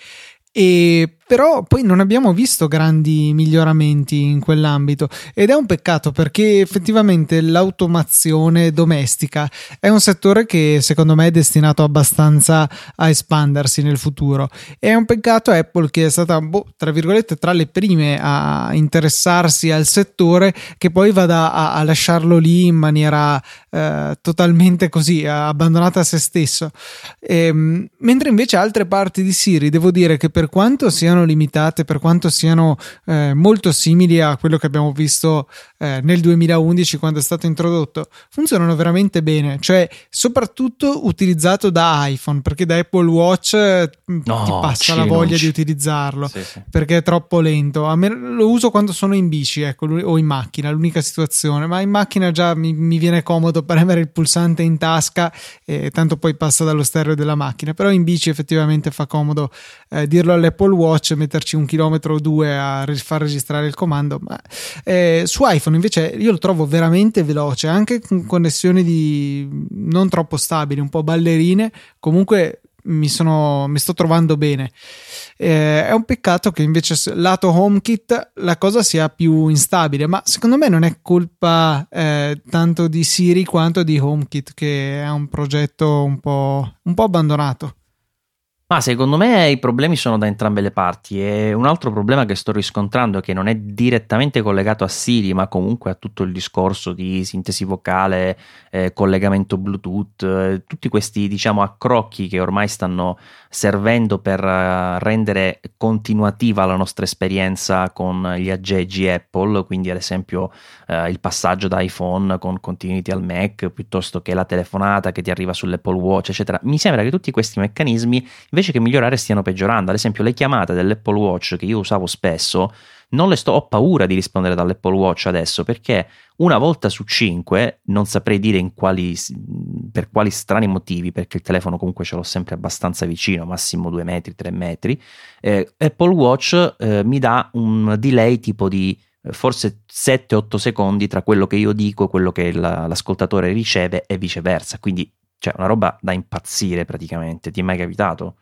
e però poi non abbiamo visto grandi miglioramenti in quell'ambito, ed è un peccato, perché effettivamente l'automazione domestica è un settore che secondo me è destinato abbastanza a espandersi nel futuro. È un peccato Apple, che è stata tra virgolette tra le prime a interessarsi al settore, che poi vada a lasciarlo lì in maniera totalmente così abbandonata a se stesso, mentre invece altre parti di Siri, devo dire che per quanto siano limitate, per quanto siano molto simili a quello che abbiamo visto nel 2011 quando è stato introdotto, funzionano veramente bene. Cioè, soprattutto utilizzato da iPhone, perché da Apple Watch ti passa la voglia di utilizzarlo, sì. Perché è troppo lento. A me lo uso quando sono in bici, ecco, o in macchina, l'unica situazione, ma in macchina già mi viene comodo premere il pulsante in tasca e tanto poi passa dallo stereo della macchina. Però in bici effettivamente fa comodo dirlo all'Apple Watch, metterci 1 chilometro o 2 a far registrare il comando. Ma su iPhone invece io lo trovo veramente veloce, anche con connessioni non troppo stabili, un po' ballerine. Comunque mi sto trovando bene. È un peccato che invece lato HomeKit la cosa sia più instabile, ma secondo me non è colpa tanto di Siri quanto di HomeKit, che è un progetto un po' abbandonato. Ma secondo me i problemi sono da entrambe le parti, e un altro problema che sto riscontrando, che non è direttamente collegato a Siri ma comunque a tutto il discorso di sintesi vocale, collegamento Bluetooth, tutti questi diciamo accrocchi che ormai stanno servendo per rendere continuativa la nostra esperienza con gli aggeggi Apple, quindi ad esempio il passaggio da iPhone con Continuity al Mac, piuttosto che la telefonata che ti arriva sull'Apple Watch eccetera. Mi sembra che tutti questi meccanismi invece invece che migliorare stiano peggiorando. Ad esempio le chiamate dell'Apple Watch che io usavo spesso, ho paura di rispondere dall'Apple Watch adesso, perché una volta su 5, non saprei dire per quali strani motivi, perché il telefono comunque ce l'ho sempre abbastanza vicino, massimo 2 metri, 3 metri, Apple Watch mi dà un delay tipo di forse 7-8 secondi tra quello che io dico e quello che l'ascoltatore riceve e viceversa, quindi cioè una roba da impazzire praticamente. Ti è mai capitato?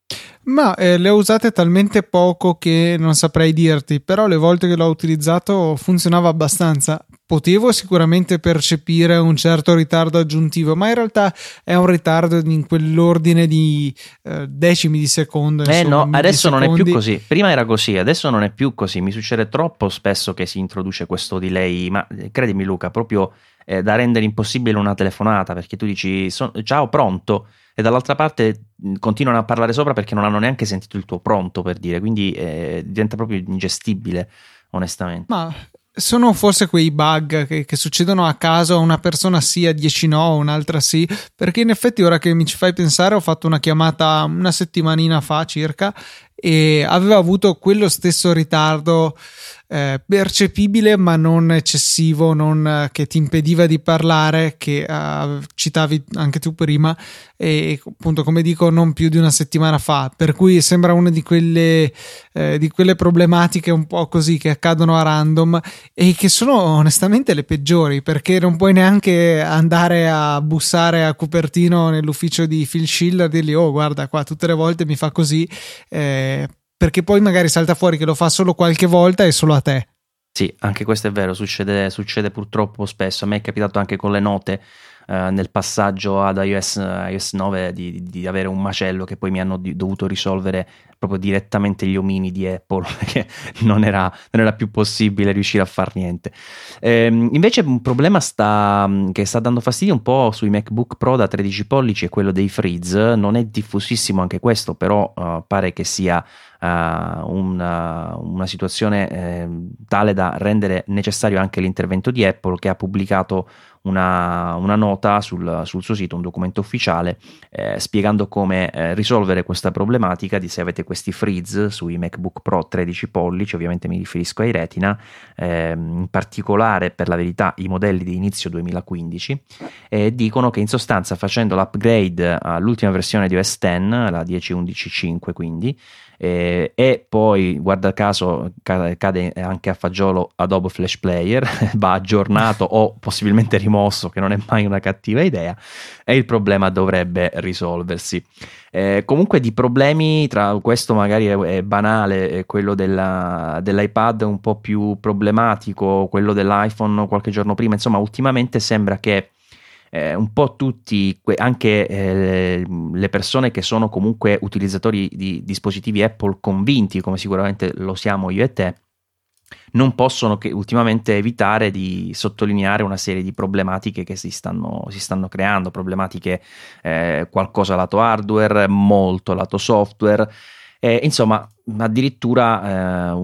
Ma le ho usate talmente poco che non saprei dirti, però le volte che l'ho utilizzato funzionava abbastanza. Potevo sicuramente percepire un certo ritardo aggiuntivo, ma in realtà è un ritardo in quell'ordine di decimi di secondo. Insomma, No, adesso non è più così. Prima era così, adesso non è più così. Mi succede troppo spesso che si introduce questo delay, ma credimi Luca, proprio da rendere impossibile una telefonata, perché tu dici ciao, pronto? E dall'altra parte continuano a parlare sopra perché non hanno neanche sentito il tuo pronto, per dire, quindi diventa proprio ingestibile, onestamente. Ma sono forse quei bug che succedono a caso, a una persona sì, a 10 no, un'altra sì, perché in effetti ora che mi ci fai pensare ho fatto una chiamata una settimanina fa circa e aveva avuto quello stesso ritardo percepibile ma non eccessivo, non che ti impediva di parlare, che citavi anche tu prima, e appunto come dico non più di una settimana fa, per cui sembra una di quelle problematiche un po' così che accadono a random e che sono onestamente le peggiori, perché non puoi neanche andare a bussare a Cupertino nell'ufficio di Phil Schiller e dirgli oh guarda qua tutte le volte mi fa così, perché poi magari salta fuori che lo fa solo qualche volta e solo a te. Sì, anche questo è vero, succede purtroppo spesso. A me è capitato anche con le note nel passaggio ad iOS 9 di avere un macello che poi mi hanno dovuto risolvere proprio direttamente gli omini di Apple, perché non era più possibile riuscire a far niente. Invece un problema che sta dando fastidio un po' sui MacBook Pro da 13 pollici è quello dei freeze. Non è diffusissimo anche questo, però pare che sia una situazione tale da rendere necessario anche l'intervento di Apple, che ha pubblicato una nota sul suo sito, un documento ufficiale spiegando come risolvere questa problematica di se avete questi freeze sui MacBook Pro 13 pollici, ovviamente mi riferisco ai Retina, in particolare per la verità i modelli di inizio 2015, dicono che in sostanza facendo l'upgrade all'ultima versione di OS X, la 10.11.5 quindi, e poi guarda caso cade anche a fagiolo Adobe Flash Player, va aggiornato o possibilmente rimosso, che non è mai una cattiva idea, e il problema dovrebbe risolversi. Comunque di problemi, tra questo magari è banale, quello dell'iPad un po' più problematico, quello dell'iPhone qualche giorno prima, insomma ultimamente sembra che un po' tutti, anche le persone che sono comunque utilizzatori di dispositivi Apple convinti, come sicuramente lo siamo io e te, non possono che ultimamente evitare di sottolineare una serie di problematiche che si stanno creando, problematiche qualcosa lato hardware, molto lato software, insomma addirittura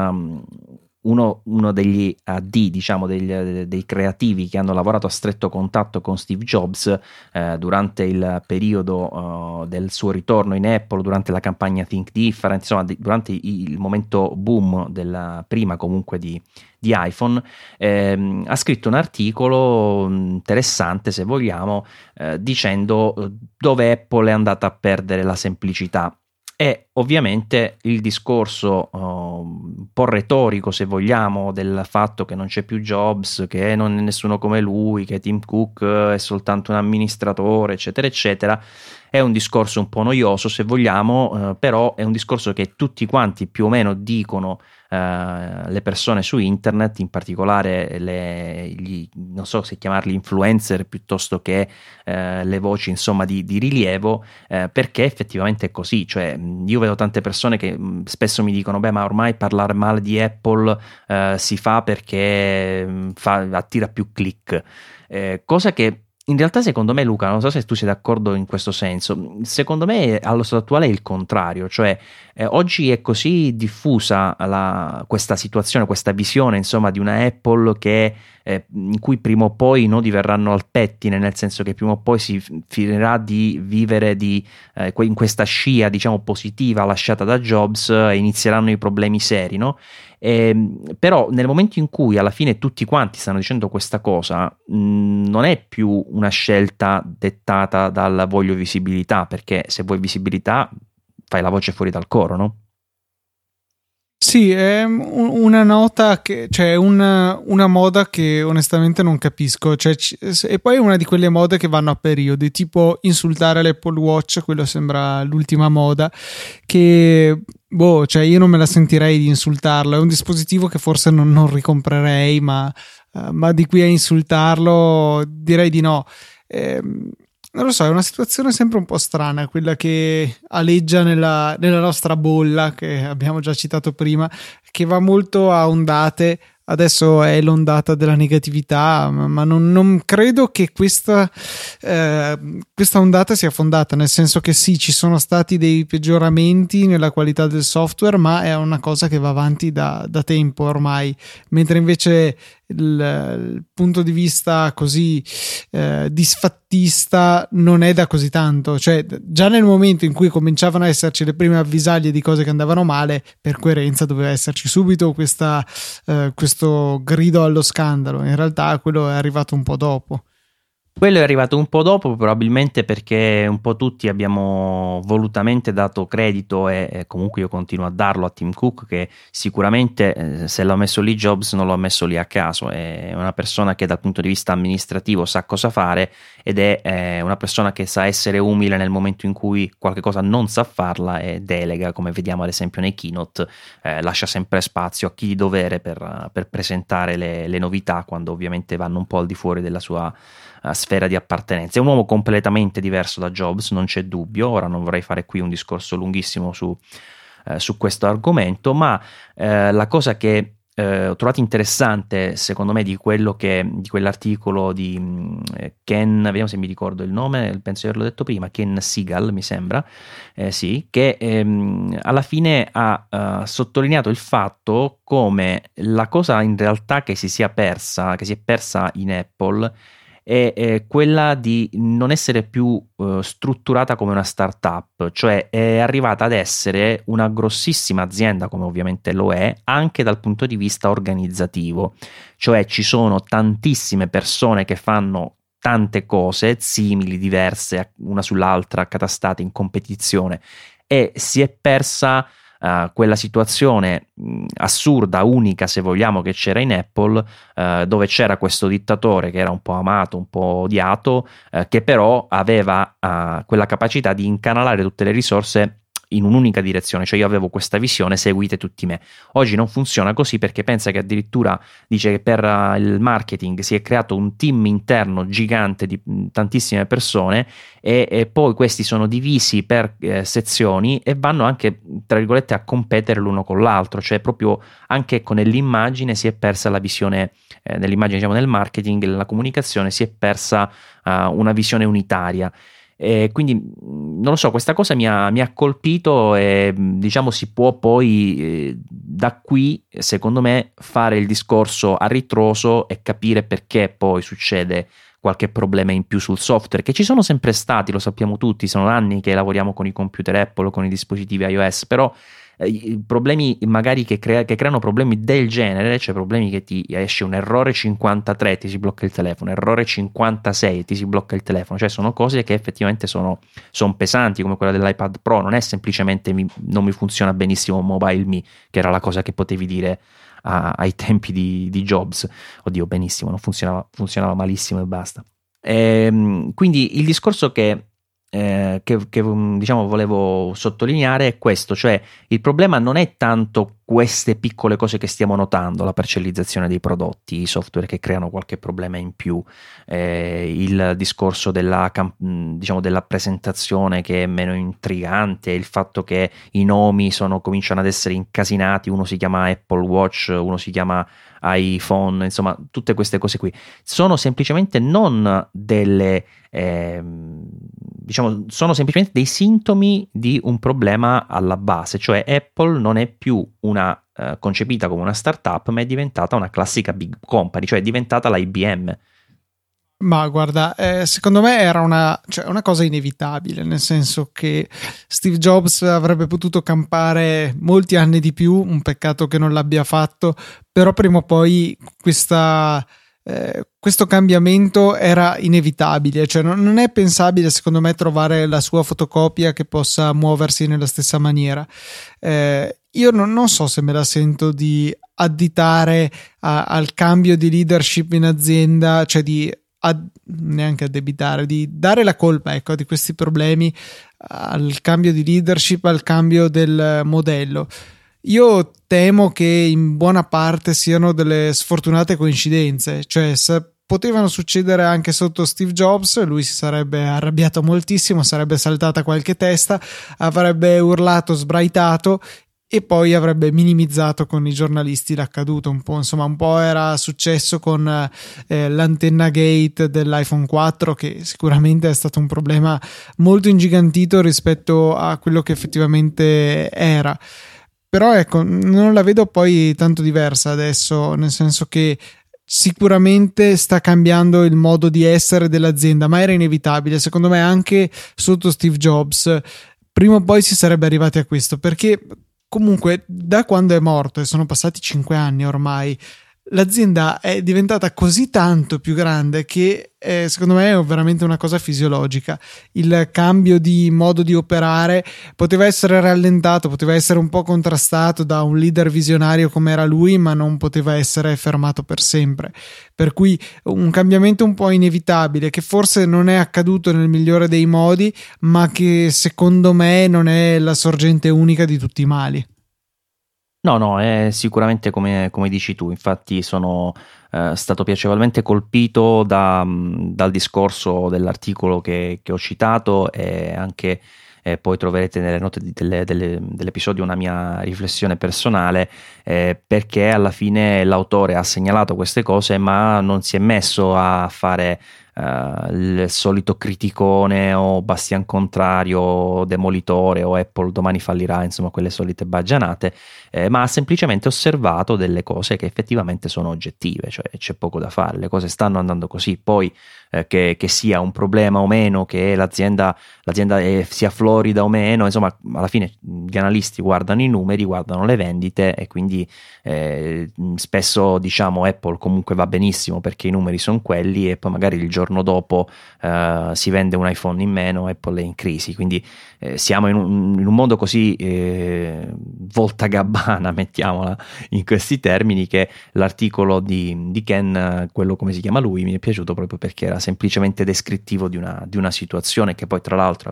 uno degli AD, diciamo dei creativi che hanno lavorato a stretto contatto con Steve Jobs durante il periodo del suo ritorno in Apple, durante la campagna Think Different, insomma durante il momento boom della prima comunque di iPhone, ha scritto un articolo interessante, se vogliamo, dicendo dove Apple è andata a perdere la semplicità. E ovviamente il discorso un po' retorico, se vogliamo, del fatto che non c'è più Jobs, che non è nessuno come lui, che Tim Cook è soltanto un amministratore, eccetera, eccetera, è un discorso un po' noioso, se vogliamo, però è un discorso che tutti quanti più o meno dicono le persone su internet, in particolare non so se chiamarli influencer piuttosto che le voci insomma di rilievo, perché effettivamente è così. Cioè io vedo tante persone che spesso mi dicono beh, ma ormai parlare male di Apple si fa perché attira più click, cosa che in realtà secondo me, Luca, non so se tu sei d'accordo in questo senso, secondo me allo stato attuale è il contrario, cioè oggi è così diffusa questa situazione, questa visione insomma di una Apple che in cui prima o poi i nodi verranno al pettine, nel senso che prima o poi si finirà di vivere in questa scia diciamo positiva lasciata da Jobs e inizieranno i problemi seri, no? Però nel momento in cui alla fine tutti quanti stanno dicendo questa cosa, non è più una scelta dettata dal voglio visibilità, perché se vuoi visibilità fai la voce fuori dal coro, no? Sì, è una nota che, cioè una moda che onestamente non capisco, cioè, e poi è una di quelle mode che vanno a periodi, tipo insultare l'Apple Watch, quello sembra l'ultima moda, che boh, cioè io non me la sentirei di insultarlo, è un dispositivo che forse non ricomprerei, ma di qui a insultarlo direi di no. Non lo so, è una situazione sempre un po' strana, quella che aleggia nella nostra bolla, che abbiamo già citato prima, che va molto a ondate. Adesso è l'ondata della negatività, ma non credo che questa ondata sia fondata, nel senso che sì, ci sono stati dei peggioramenti nella qualità del software, ma è una cosa che va avanti da tempo ormai, mentre invece il punto di vista così disfattista non è da così tanto, cioè già nel momento in cui cominciavano a esserci le prime avvisaglie di cose che andavano male, per coerenza doveva esserci subito questo grido allo scandalo. In realtà quello è arrivato un po' dopo. Quello è arrivato un po' dopo, probabilmente perché un po' tutti abbiamo volutamente dato credito e comunque io continuo a darlo a Tim Cook, che sicuramente se l'ha messo lì Jobs non l'ha messo lì a caso, è una persona che dal punto di vista amministrativo sa cosa fare ed è una persona che sa essere umile nel momento in cui qualche cosa non sa farla e delega, come vediamo ad esempio nei keynote, lascia sempre spazio a chi di dovere per presentare le novità quando ovviamente vanno un po' al di fuori della sua sfera di appartenenza. È un uomo completamente diverso da Jobs, non c'è dubbio. Ora non vorrei fare qui un discorso lunghissimo su questo argomento, ma la cosa che ho trovato interessante secondo me di quell'articolo di Ken, vediamo se mi ricordo il nome, penso di averlo detto prima, Ken Segall mi sembra, sì, che alla fine ha sottolineato il fatto come la cosa in realtà che si è persa in Apple è quella di non essere più strutturata come una startup, cioè è arrivata ad essere una grossissima azienda, come ovviamente lo è, anche dal punto di vista organizzativo, cioè ci sono tantissime persone che fanno tante cose simili, diverse, una sull'altra, accatastate in competizione, e si è persa quella situazione assurda, unica se vogliamo, che c'era in Apple, dove c'era questo dittatore che era un po' amato, un po' odiato, che però aveva quella capacità di incanalare tutte le risorse in un'unica direzione, cioè io avevo questa visione, seguite tutti me. Oggi non funziona così, perché pensa che addirittura dice che per il marketing si è creato un team interno gigante di tantissime persone e poi questi sono divisi per sezioni e vanno anche tra virgolette a competere l'uno con l'altro, cioè proprio anche con l'immagine si è persa la visione nell'immagine, diciamo, nel marketing, nella comunicazione si è persa una visione unitaria. Quindi non lo so, questa cosa mi ha colpito e diciamo si può poi da qui secondo me fare il discorso a ritroso e capire perché poi succede qualche problema in più sul software, che ci sono sempre stati, lo sappiamo tutti, sono anni che lavoriamo con i computer Apple, con i dispositivi iOS, però i problemi magari che creano problemi del genere, cioè problemi che ti esce un errore 53 ti si blocca il telefono, errore 56 ti si blocca il telefono, cioè sono cose che effettivamente sono pesanti, come quella dell'iPad Pro, non è semplicemente non mi funziona benissimo Mobile Me, che era la cosa che potevi dire ai tempi di Jobs. Oddio, benissimo, non funzionava malissimo e basta. Quindi il discorso che diciamo volevo sottolineare è questo, cioè il problema non è tanto queste piccole cose che stiamo notando, la parcellizzazione dei prodotti, i software che creano qualche problema in più, il discorso diciamo della presentazione che è meno intrigante, il fatto che i nomi cominciano ad essere incasinati, uno si chiama Apple Watch, uno si chiama iPhone, insomma tutte queste cose qui sono semplicemente non delle diciamo sono semplicemente dei sintomi di un problema alla base, cioè Apple non è più una concepita come una startup, ma è diventata una classica big company, cioè è diventata la IBM. Ma guarda, secondo me era una cosa inevitabile, nel senso che Steve Jobs avrebbe potuto campare molti anni di più, un peccato che non l'abbia fatto, però prima o poi questo cambiamento era inevitabile, cioè non è pensabile secondo me trovare la sua fotocopia che possa muoversi nella stessa maniera. Io non so se me la sento di additare al cambio di leadership in azienda, cioè neanche addebitare, di dare la colpa, ecco, di questi problemi al cambio di leadership, al cambio del modello. Io temo che in buona parte siano delle sfortunate coincidenze, cioè potevano succedere anche sotto Steve Jobs, lui si sarebbe arrabbiato moltissimo, sarebbe saltata qualche testa, avrebbe urlato sbraitato e poi avrebbe minimizzato con i giornalisti l'accaduto un po', insomma un po' era successo con l'antenna gate dell'iPhone 4, che sicuramente è stato un problema molto ingigantito rispetto a quello che effettivamente era. Però ecco, non la vedo poi tanto diversa adesso, nel senso che sicuramente sta cambiando il modo di essere dell'azienda, ma era inevitabile, secondo me anche sotto Steve Jobs prima o poi si sarebbe arrivati a questo, perché comunque da quando è morto, e sono passati 5 anni ormai, l'azienda è diventata così tanto più grande che secondo me è veramente una cosa fisiologica. Il cambio di modo di operare poteva essere rallentato, poteva essere un po' contrastato da un leader visionario come era lui, ma non poteva essere fermato per sempre, per cui un cambiamento un po' inevitabile, che forse non è accaduto nel migliore dei modi, ma che secondo me non è la sorgente unica di tutti i mali. No, è sicuramente come dici tu, infatti sono stato piacevolmente colpito dal discorso dell'articolo che ho citato, e anche poi troverete nelle note dell'episodio una mia riflessione personale, perché alla fine l'autore ha segnalato queste cose ma non si è messo a fare il solito criticone o bastian contrario o demolitore o Apple domani fallirà, insomma quelle solite baggianate, ma ha semplicemente osservato delle cose che effettivamente sono oggettive, cioè c'è poco da fare, le cose stanno andando così. Poi che sia un problema o meno, che l'azienda sia florida o meno, insomma alla fine gli analisti guardano i numeri, guardano le vendite, e quindi spesso diciamo Apple comunque va benissimo perché i numeri sono quelli, e poi magari il giorno dopo si vende un iPhone in meno, Apple è in crisi. Quindi siamo in un mondo così voltagabbana, mettiamola in questi termini, che l'articolo di Ken, quello come si chiama lui, mi è piaciuto proprio perché era semplicemente descrittivo di una situazione che poi tra l'altro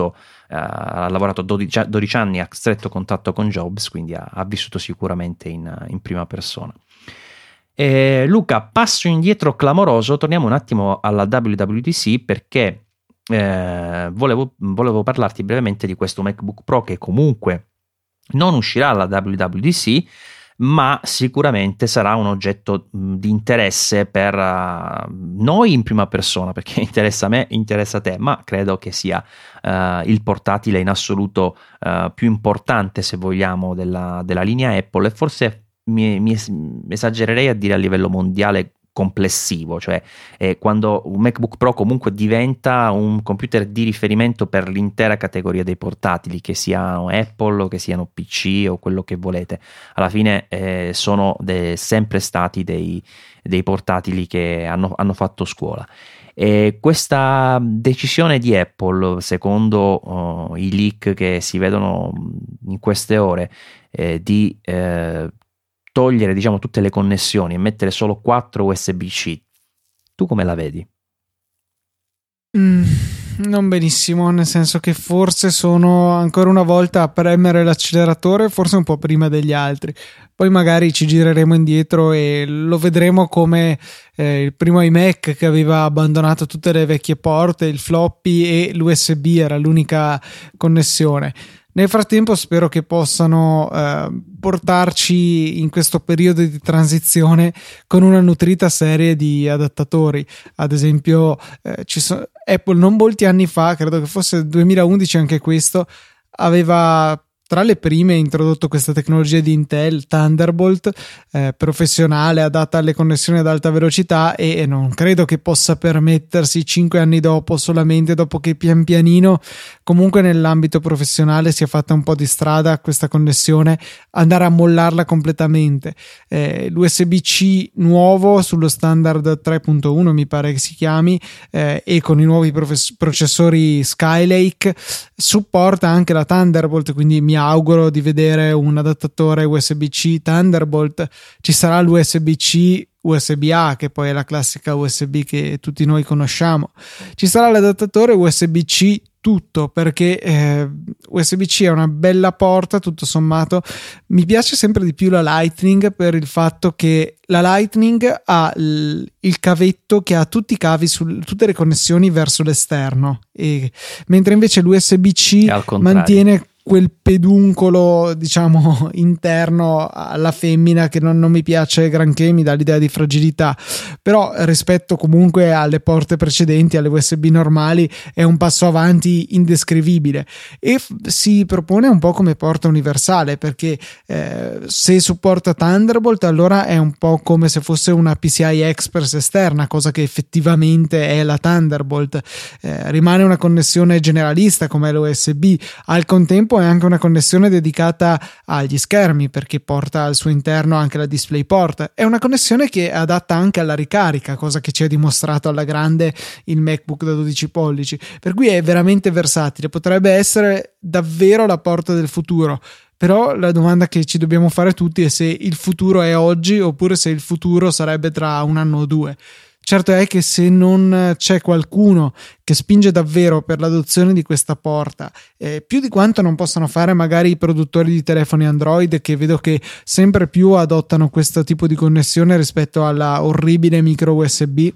ha lavorato 12 anni a stretto contatto con Jobs, quindi ha vissuto sicuramente in prima persona. Luca, passo indietro clamoroso, torniamo un attimo alla WWDC, perché volevo parlarti brevemente di questo MacBook Pro che comunque non uscirà alla WWDC, ma sicuramente sarà un oggetto di interesse per noi in prima persona, perché interessa a me, interessa a te, ma credo che sia il portatile in assoluto più importante, se vogliamo, della linea Apple, e forse mi esagererei a dire a livello mondiale complessivo, cioè quando un MacBook Pro comunque diventa un computer di riferimento per l'intera categoria dei portatili, che siano Apple o che siano PC o quello che volete. Alla fine sono sempre stati dei portatili che hanno fatto scuola. E questa decisione di Apple, secondo i leak che si vedono in queste ore, di togliere diciamo tutte le connessioni e mettere solo 4 USB-C, tu come la vedi? Non benissimo, nel senso che forse sono ancora una volta a premere l'acceleratore, forse un po' prima degli altri. Poi magari ci gireremo indietro e lo vedremo come il primo iMac che aveva abbandonato tutte le vecchie porte, il floppy e l'USB era l'unica connessione. Nel frattempo spero che possano portarci in questo periodo di transizione con una nutrita serie di adattatori. Ad esempio, Apple non molti anni fa, credo che fosse 2011 anche questo, aveva tra le prime introdotto questa tecnologia di Intel Thunderbolt professionale, adatta alle connessioni ad alta velocità, e non credo che possa permettersi 5 anni dopo, solamente dopo che pian pianino comunque nell'ambito professionale si è fatta un po' di strada questa connessione, andare a mollarla completamente. L'USB-C nuovo sullo standard 3.1 mi pare che si chiami, e con i nuovi processori Skylake supporta anche la Thunderbolt, quindi mi auguro di vedere un adattatore USB-C Thunderbolt. Ci sarà l'USB-C USB-A, che poi è la classica USB che tutti noi conosciamo. Ci sarà l'adattatore USB-C tutto, perché USB-C è una bella porta, tutto sommato. Mi piace sempre di più la Lightning, per il fatto che la Lightning ha il cavetto che ha tutti i cavi tutte le connessioni verso l'esterno, mentre invece l'USB-C mantiene quel peduncolo, diciamo, interno alla femmina che non mi piace granché, mi dà l'idea di fragilità, però rispetto comunque alle porte precedenti, alle USB normali, è un passo avanti indescrivibile, e si propone un po' come porta universale, perché se supporta Thunderbolt allora è un po' come se fosse una PCI Express esterna, cosa che effettivamente è la Thunderbolt. Rimane una connessione generalista come l'USB, al contempo è anche una connessione dedicata agli schermi, perché porta al suo interno anche la DisplayPort. È una connessione che è adatta anche alla ricarica, cosa che ci ha dimostrato alla grande il MacBook da 12 pollici, per cui è veramente versatile, potrebbe essere davvero la porta del futuro. Però la domanda che ci dobbiamo fare tutti è se il futuro è oggi oppure se il futuro sarebbe tra un anno o due. Certo è che se non c'è qualcuno che spinge davvero per l'adozione di questa porta, più di quanto non possano fare magari i produttori di telefoni Android, che vedo che sempre più adottano questo tipo di connessione rispetto alla orribile micro USB,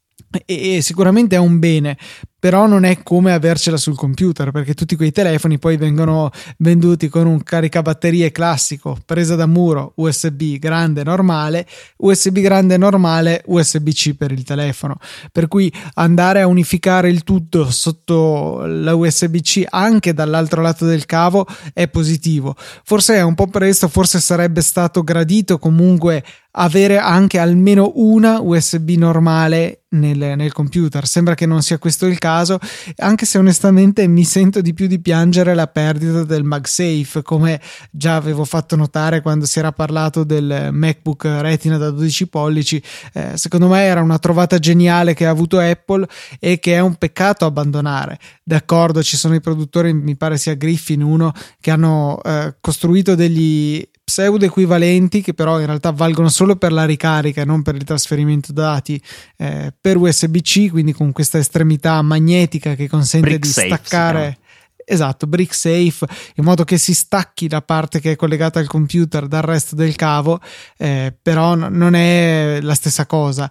e sicuramente è un bene, però non è come avercela sul computer, perché tutti quei telefoni poi vengono venduti con un caricabatterie classico, presa da muro, USB grande normale, USB grande normale, USB-C per il telefono, per cui andare a unificare il tutto sotto la USB-C anche dall'altro lato del cavo è positivo. Forse è un po' presto, forse sarebbe stato gradito comunque avere anche almeno una USB normale nel computer. Sembra che non sia questo il caso, anche se onestamente mi sento di più di piangere la perdita del MagSafe, come già avevo fatto notare quando si era parlato del MacBook Retina da 12 pollici. Secondo me era una trovata geniale che ha avuto Apple e che è un peccato abbandonare. D'accordo, ci sono i produttori, mi pare sia Griffin uno, che hanno costruito degli pseudo equivalenti che però in realtà valgono solo per la ricarica e non per il trasferimento dati, per USB-C, quindi con questa estremità magnetica che consente Brick di Safe, staccare. Esatto, Brick Safe, in modo che si stacchi la parte che è collegata al computer dal resto del cavo, però non è la stessa cosa.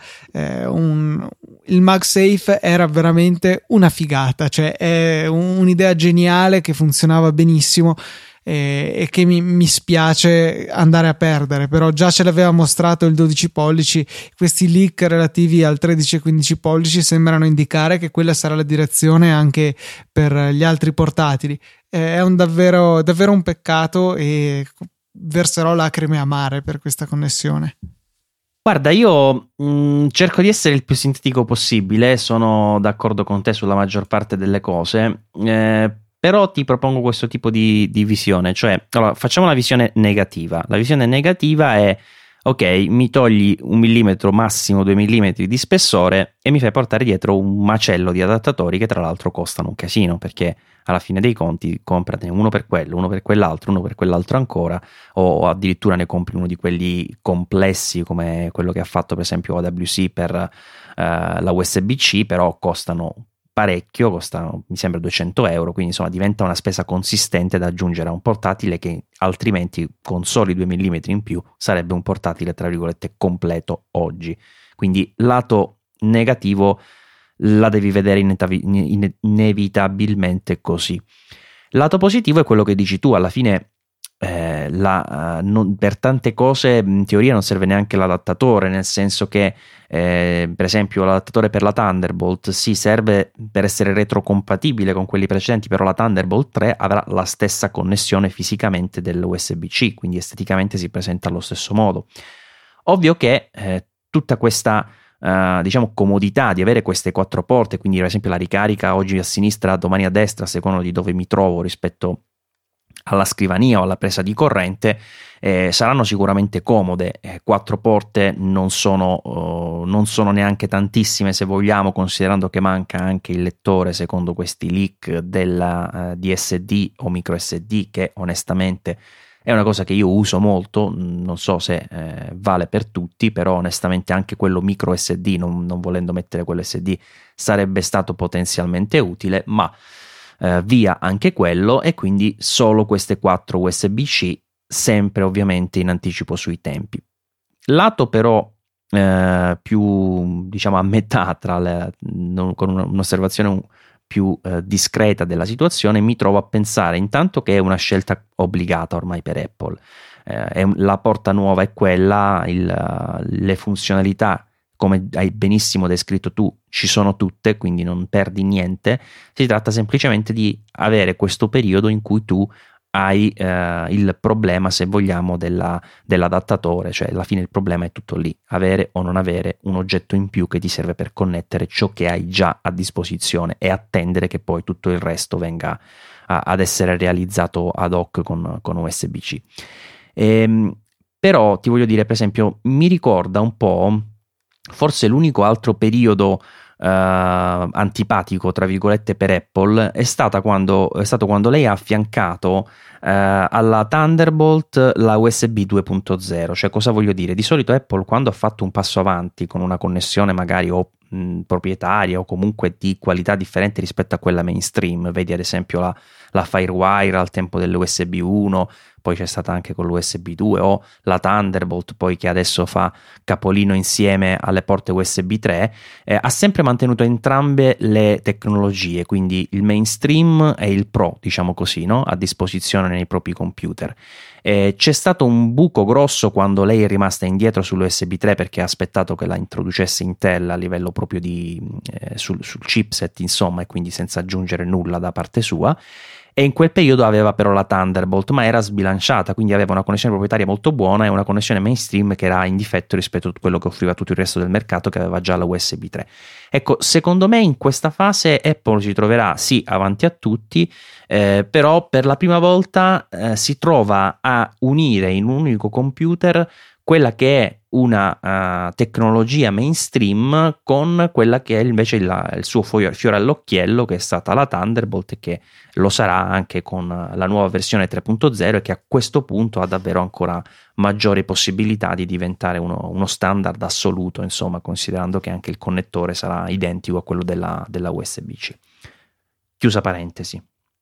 Il MagSafe era veramente una figata, cioè è un'idea geniale che funzionava benissimo, e che mi spiace andare a perdere, però già ce l'aveva mostrato il 12 pollici. Questi leak relativi al 13 e 15 pollici sembrano indicare che quella sarà la direzione anche per gli altri portatili. È davvero un peccato, e verserò lacrime amare per questa connessione. Guarda, io cerco di essere il più sintetico possibile, sono d'accordo con te sulla maggior parte delle cose, però ti propongo questo tipo di visione, cioè allora, facciamo una visione negativa. La visione negativa è: ok, mi togli 1 millimetro, massimo 2 millimetri di spessore e mi fai portare dietro un macello di adattatori che tra l'altro costano un casino, perché alla fine dei conti comprate uno per quello, uno per quell'altro, uno per quell'altro ancora, o addirittura ne compri uno di quelli complessi come quello che ha fatto per esempio AWC per la USB-C, però costano parecchio, costa mi sembra 200 euro, quindi insomma diventa una spesa consistente da aggiungere a un portatile che altrimenti con soli 2 mm in più sarebbe un portatile tra virgolette completo oggi. Quindi lato negativo la devi vedere inevitabilmente così. Lato positivo è quello che dici tu, alla fine per tante cose in teoria non serve neanche l'adattatore, nel senso che per esempio l'adattatore per la Thunderbolt sì, serve per essere retrocompatibile con quelli precedenti, però la Thunderbolt 3 avrà la stessa connessione fisicamente dell'USB-C, quindi esteticamente si presenta allo stesso modo. Ovvio che tutta questa diciamo comodità di avere queste 4 porte, quindi per esempio la ricarica oggi a sinistra, domani a destra, a seconda di dove mi trovo rispetto alla scrivania o alla presa di corrente, saranno sicuramente comode. 4 porte non sono neanche tantissime, se vogliamo, considerando che manca anche il lettore secondo questi leak della DSD o micro SD, che onestamente è una cosa che io uso molto, non so se vale per tutti, però onestamente anche quello micro SD, non volendo mettere quello SD, sarebbe stato potenzialmente utile, ma via anche quello, e quindi solo queste 4 USB-C, sempre ovviamente in anticipo sui tempi. Lato però più diciamo a metà con un'osservazione più discreta della situazione, mi trovo a pensare intanto che è una scelta obbligata ormai per Apple. La porta nuova è quella, le funzionalità, come hai benissimo descritto tu, ci sono tutte, quindi non perdi niente. Si tratta semplicemente di avere questo periodo in cui tu hai il problema, se vogliamo, dell'adattatore, cioè alla fine il problema è tutto lì, avere o non avere un oggetto in più che ti serve per connettere ciò che hai già a disposizione e attendere che poi tutto il resto venga ad essere realizzato ad hoc con USB-C. Però ti voglio dire, per esempio, mi ricorda un po', forse l'unico altro periodo antipatico tra virgolette per Apple è stato quando lei ha affiancato alla Thunderbolt la USB 2.0. Cioè, cosa voglio dire? Di solito Apple, quando ha fatto un passo avanti con una connessione magari o proprietaria o comunque di qualità differente rispetto a quella mainstream, vedi ad esempio la FireWire al tempo dell'USB 1, poi c'è stata anche con l'USB 2, o la Thunderbolt poi che adesso fa capolino insieme alle porte USB 3, ha sempre mantenuto entrambe le tecnologie, quindi il mainstream e il Pro, diciamo così, no? A disposizione nei propri computer. C'è stato un buco grosso quando lei è rimasta indietro sull'USB 3 perché ha aspettato che la introducesse Intel a livello proprio sul chipset, insomma, e quindi senza aggiungere nulla da parte sua. E in quel periodo aveva però la Thunderbolt, ma era sbilanciata, quindi aveva una connessione proprietaria molto buona e una connessione mainstream che era in difetto rispetto a quello che offriva tutto il resto del mercato, che aveva già la USB 3. Ecco, secondo me in questa fase Apple si troverà sì avanti a tutti, però per la prima volta si trova a unire in un unico computer quella che è una tecnologia mainstream con quella che è invece il suo fiore all'occhiello, che è stata la Thunderbolt, e che lo sarà anche con la nuova versione 3.0, e che a questo punto ha davvero ancora maggiori possibilità di diventare uno standard assoluto, insomma, considerando che anche il connettore sarà identico a quello della USB-C. Chiusa parentesi.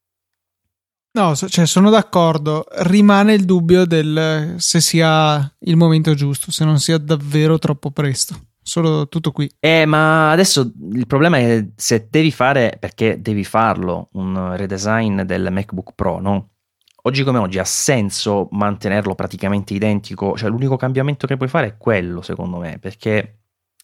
No, cioè sono d'accordo, rimane il dubbio del se sia il momento giusto, se non sia davvero troppo presto. Solo tutto qui. Ma adesso il problema è se devi fare, perché devi farlo, un redesign del MacBook Pro, no? Oggi come oggi ha senso mantenerlo praticamente identico, cioè l'unico cambiamento che puoi fare è quello, secondo me, perché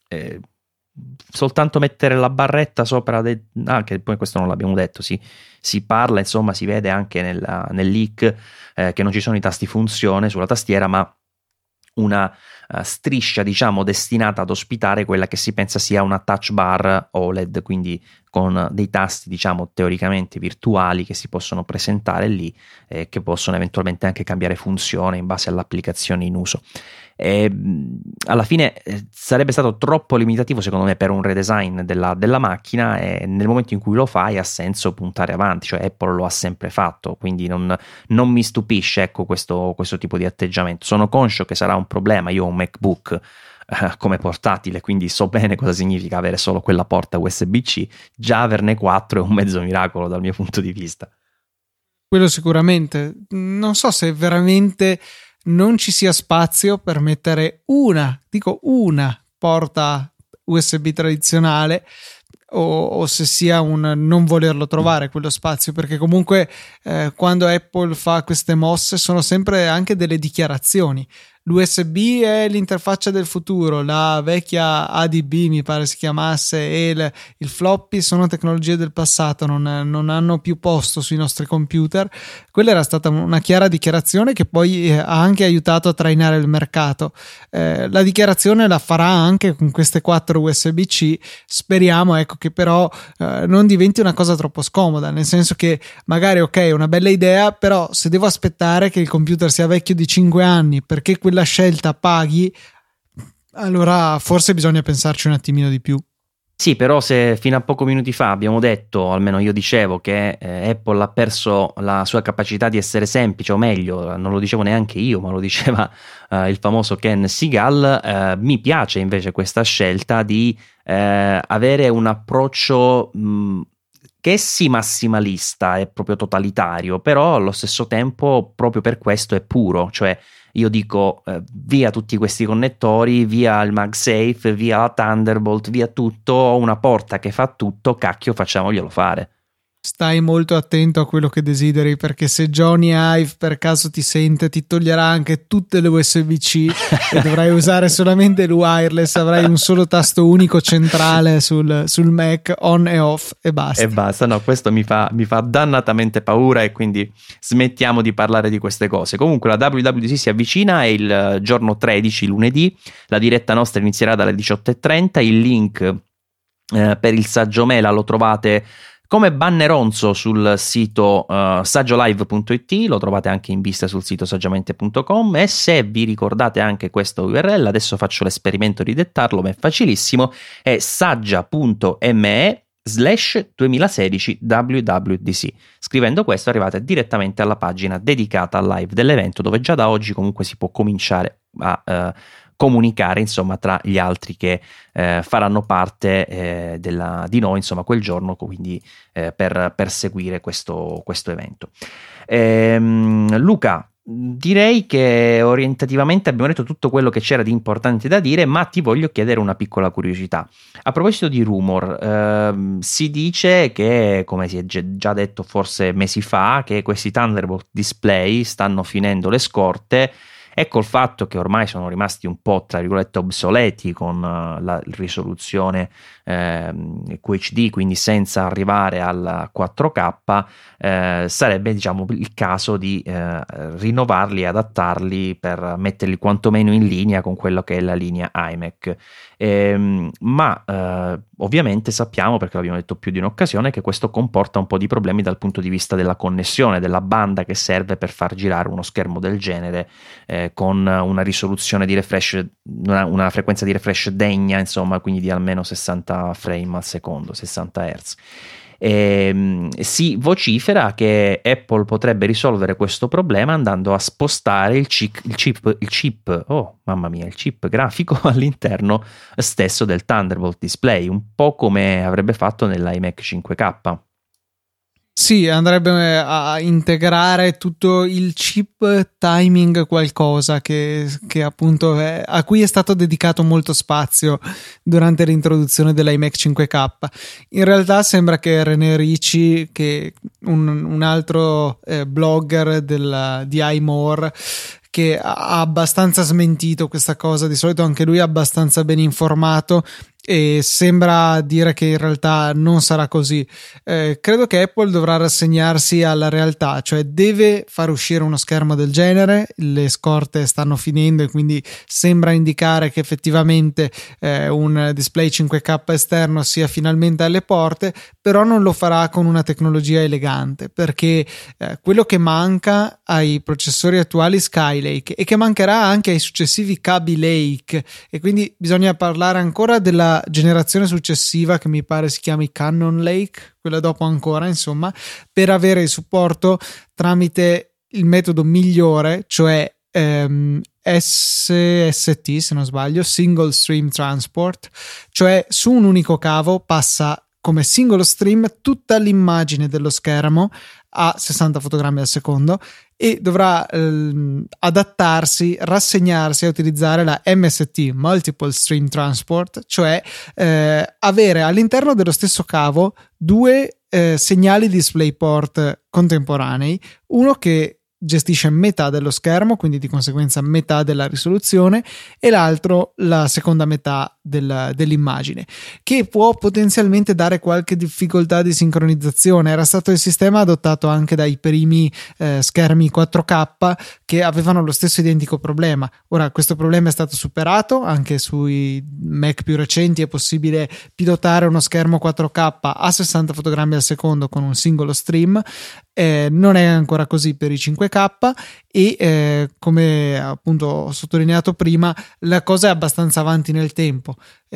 soltanto mettere la barretta sopra, che poi questo non l'abbiamo detto, si parla, insomma, si vede anche nel leak che non ci sono i tasti funzione sulla tastiera, ma una striscia, diciamo, destinata ad ospitare quella che si pensa sia una touch bar OLED, quindi con dei tasti, diciamo, teoricamente virtuali che si possono presentare lì, che possono eventualmente anche cambiare funzione in base all'applicazione in uso. Alla fine sarebbe stato troppo limitativo, secondo me, per un redesign della macchina, e nel momento in cui lo fai ha senso puntare avanti, cioè Apple lo ha sempre fatto, quindi non mi stupisce, ecco, questo tipo di atteggiamento. Sono conscio che sarà un problema. Io ho un MacBook come portatile, quindi so bene cosa significa avere solo quella porta USB-C. Già averne 4 è un mezzo miracolo dal mio punto di vista. Quello sicuramente. Non so se veramente non ci sia spazio per mettere una porta USB tradizionale, o se sia un non volerlo trovare quello spazio, perché comunque quando Apple fa queste mosse sono sempre anche delle dichiarazioni. L'USB è l'interfaccia del futuro, la vecchia ADB mi pare si chiamasse, e il floppy sono tecnologie del passato, non hanno più posto sui nostri computer. Quella era stata una chiara dichiarazione che poi ha anche aiutato a trainare il mercato. La dichiarazione la farà anche con queste 4 USB-C. Speriamo, ecco, che però non diventi una cosa troppo scomoda, nel senso che magari ok, è una bella idea, però se devo aspettare che il computer sia vecchio di 5 anni perché quella scelta paghi, allora forse bisogna pensarci un attimino di più. Sì, però se fino a pochi minuti fa abbiamo detto, almeno io dicevo, che Apple ha perso la sua capacità di essere semplice, o meglio, non lo dicevo neanche io, ma lo diceva il famoso Ken Seagal, mi piace invece questa scelta di avere un approccio che sì massimalista, è proprio totalitario, però allo stesso tempo proprio per questo è puro, cioè io dico via tutti questi connettori, via il MagSafe, via la Thunderbolt, via tutto, ho una porta che fa tutto, cacchio, facciamoglielo fare. Stai molto attento a quello che desideri, perché se Johnny Ive per caso ti sente, ti toglierà anche tutte le USB-C e dovrai usare solamente il wireless, avrai un solo tasto unico centrale sul Mac, on e off, e basta. E basta, no, questo mi fa dannatamente paura, e quindi smettiamo di parlare di queste cose. Comunque la WWDC si avvicina, è il giorno 13, lunedì, la diretta nostra inizierà dalle 18:30, il link per il Saggio Mela lo trovate come banneronzo sul sito saggiolive.it, lo trovate anche in vista sul sito saggiamente.com, e se vi ricordate anche questo URL, adesso faccio l'esperimento di dettarlo, ma è facilissimo, è saggia.me/2016 WWDC. Scrivendo questo arrivate direttamente alla pagina dedicata al live dell'evento, dove già da oggi comunque si può cominciare a comunicare, insomma, tra gli altri che faranno parte di noi, insomma, quel giorno, quindi per seguire questo evento. Luca, direi che orientativamente abbiamo detto tutto quello che c'era di importante da dire, ma ti voglio chiedere una piccola curiosità. A proposito di rumor, si dice che, come si è già detto forse mesi fa, che questi Thunderbolt display stanno finendo le scorte. Ecco il fatto che ormai sono rimasti un po', tra virgolette, obsoleti con la risoluzione QHD, quindi senza arrivare al 4K, sarebbe, diciamo, il caso di rinnovarli e adattarli per metterli quantomeno in linea con quello che è la linea iMac. Ma ovviamente sappiamo, perché l'abbiamo detto più di un'occasione, che questo comporta un po' di problemi dal punto di vista della connessione, della banda che serve per far girare uno schermo del genere con una risoluzione di refresh, una frequenza di refresh degna, insomma, quindi di almeno 60 frame al secondo, 60 Hz. Si vocifera che Apple potrebbe risolvere questo problema andando a spostare il chip grafico all'interno stesso del Thunderbolt display, un po' come avrebbe fatto nell'iMac 5K. Sì, andrebbe a integrare tutto il chip timing qualcosa che appunto a cui è stato dedicato molto spazio durante l'introduzione dell'iMac 5K. In realtà sembra che René Ricci, che un altro blogger di iMore, che ha abbastanza smentito questa cosa, di solito anche lui è abbastanza ben informato e sembra dire che in realtà non sarà così. Credo che Apple dovrà rassegnarsi alla realtà, cioè deve far uscire uno schermo del genere, le scorte stanno finendo e quindi sembra indicare che effettivamente un display 5K esterno sia finalmente alle porte, però non lo farà con una tecnologia elegante, perché quello che manca ai processori attuali Skylake e che mancherà anche ai successivi Kaby Lake, e quindi bisogna parlare ancora della generazione successiva, che mi pare si chiami Cannon Lake, quella dopo ancora, insomma, per avere il supporto tramite il metodo migliore, cioè SST, se non sbaglio, Single Stream Transport, cioè su un unico cavo passa come singolo stream tutta l'immagine dello schermo a 60 fotogrammi al secondo e dovrà adattarsi, rassegnarsi a utilizzare la MST, Multiple Stream Transport, cioè avere all'interno dello stesso cavo due segnali DisplayPort contemporanei, uno che gestisce metà dello schermo, quindi di conseguenza metà della risoluzione, e l'altro la seconda metà dell'immagine, che può potenzialmente dare qualche difficoltà di sincronizzazione. Era stato il sistema adottato anche dai primi schermi 4K che avevano lo stesso identico problema. Ora questo problema è stato superato, anche sui Mac più recenti è possibile pilotare uno schermo 4K a 60 fotogrammi al secondo con un singolo stream. Non è ancora così per i 5K e come appunto ho sottolineato prima, la cosa è abbastanza avanti nel tempo.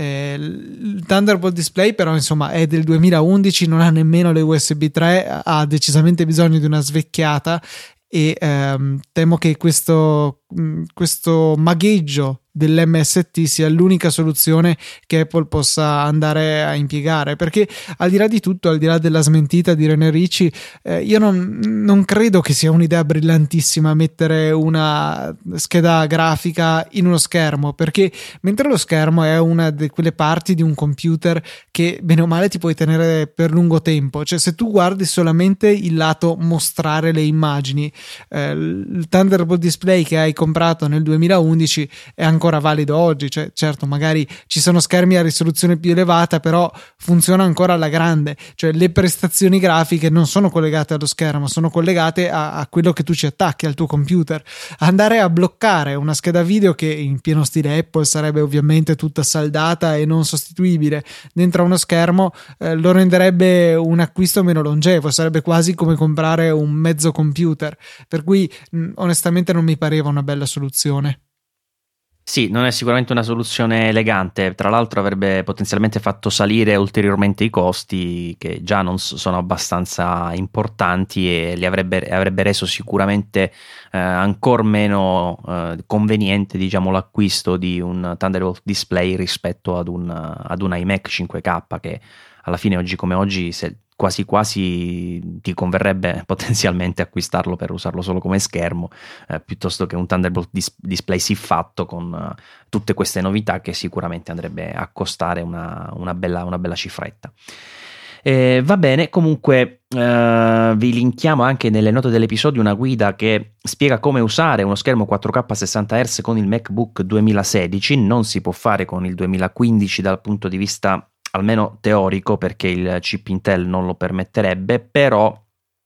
Il Thunderbolt Display però insomma è del 2011, non ha nemmeno le USB 3, ha decisamente bisogno di una svecchiata e temo che questo magheggio dell'MST sia l'unica soluzione che Apple possa andare a impiegare, perché al di là di tutto, al di là della smentita di René Ricci, io non credo che sia un'idea brillantissima mettere una scheda grafica in uno schermo, perché mentre lo schermo è una di quelle parti di un computer che bene o male ti puoi tenere per lungo tempo, cioè se tu guardi solamente il lato mostrare le immagini, il Thunderbolt Display che hai comprato nel 2011 è ancora valido oggi, cioè certo magari ci sono schermi a risoluzione più elevata, però funziona ancora alla grande, cioè le prestazioni grafiche non sono collegate allo schermo, sono collegate a quello che tu ci attacchi al tuo computer. Andare a bloccare una scheda video che in pieno stile Apple sarebbe ovviamente tutta saldata e non sostituibile dentro a uno schermo lo renderebbe un acquisto meno longevo, sarebbe quasi come comprare un mezzo computer, per cui onestamente non mi pareva una bella soluzione. Sì, non è sicuramente una soluzione elegante, tra l'altro avrebbe potenzialmente fatto salire ulteriormente i costi che già non sono abbastanza importanti e avrebbe reso sicuramente ancora meno conveniente, diciamo, l'acquisto di un Thunderbolt Display rispetto ad un iMac 5K, che alla fine oggi come oggi quasi quasi ti converrebbe potenzialmente acquistarlo per usarlo solo come schermo piuttosto che un Thunderbolt Display siffatto con tutte queste novità che sicuramente andrebbe a costare una bella cifretta. Va bene, comunque vi linkiamo anche nelle note dell'episodio una guida che spiega come usare uno schermo 4K 60 Hz con il MacBook 2016. Non si può fare con il 2015 dal punto di vista almeno teorico, perché il chip Intel non lo permetterebbe, però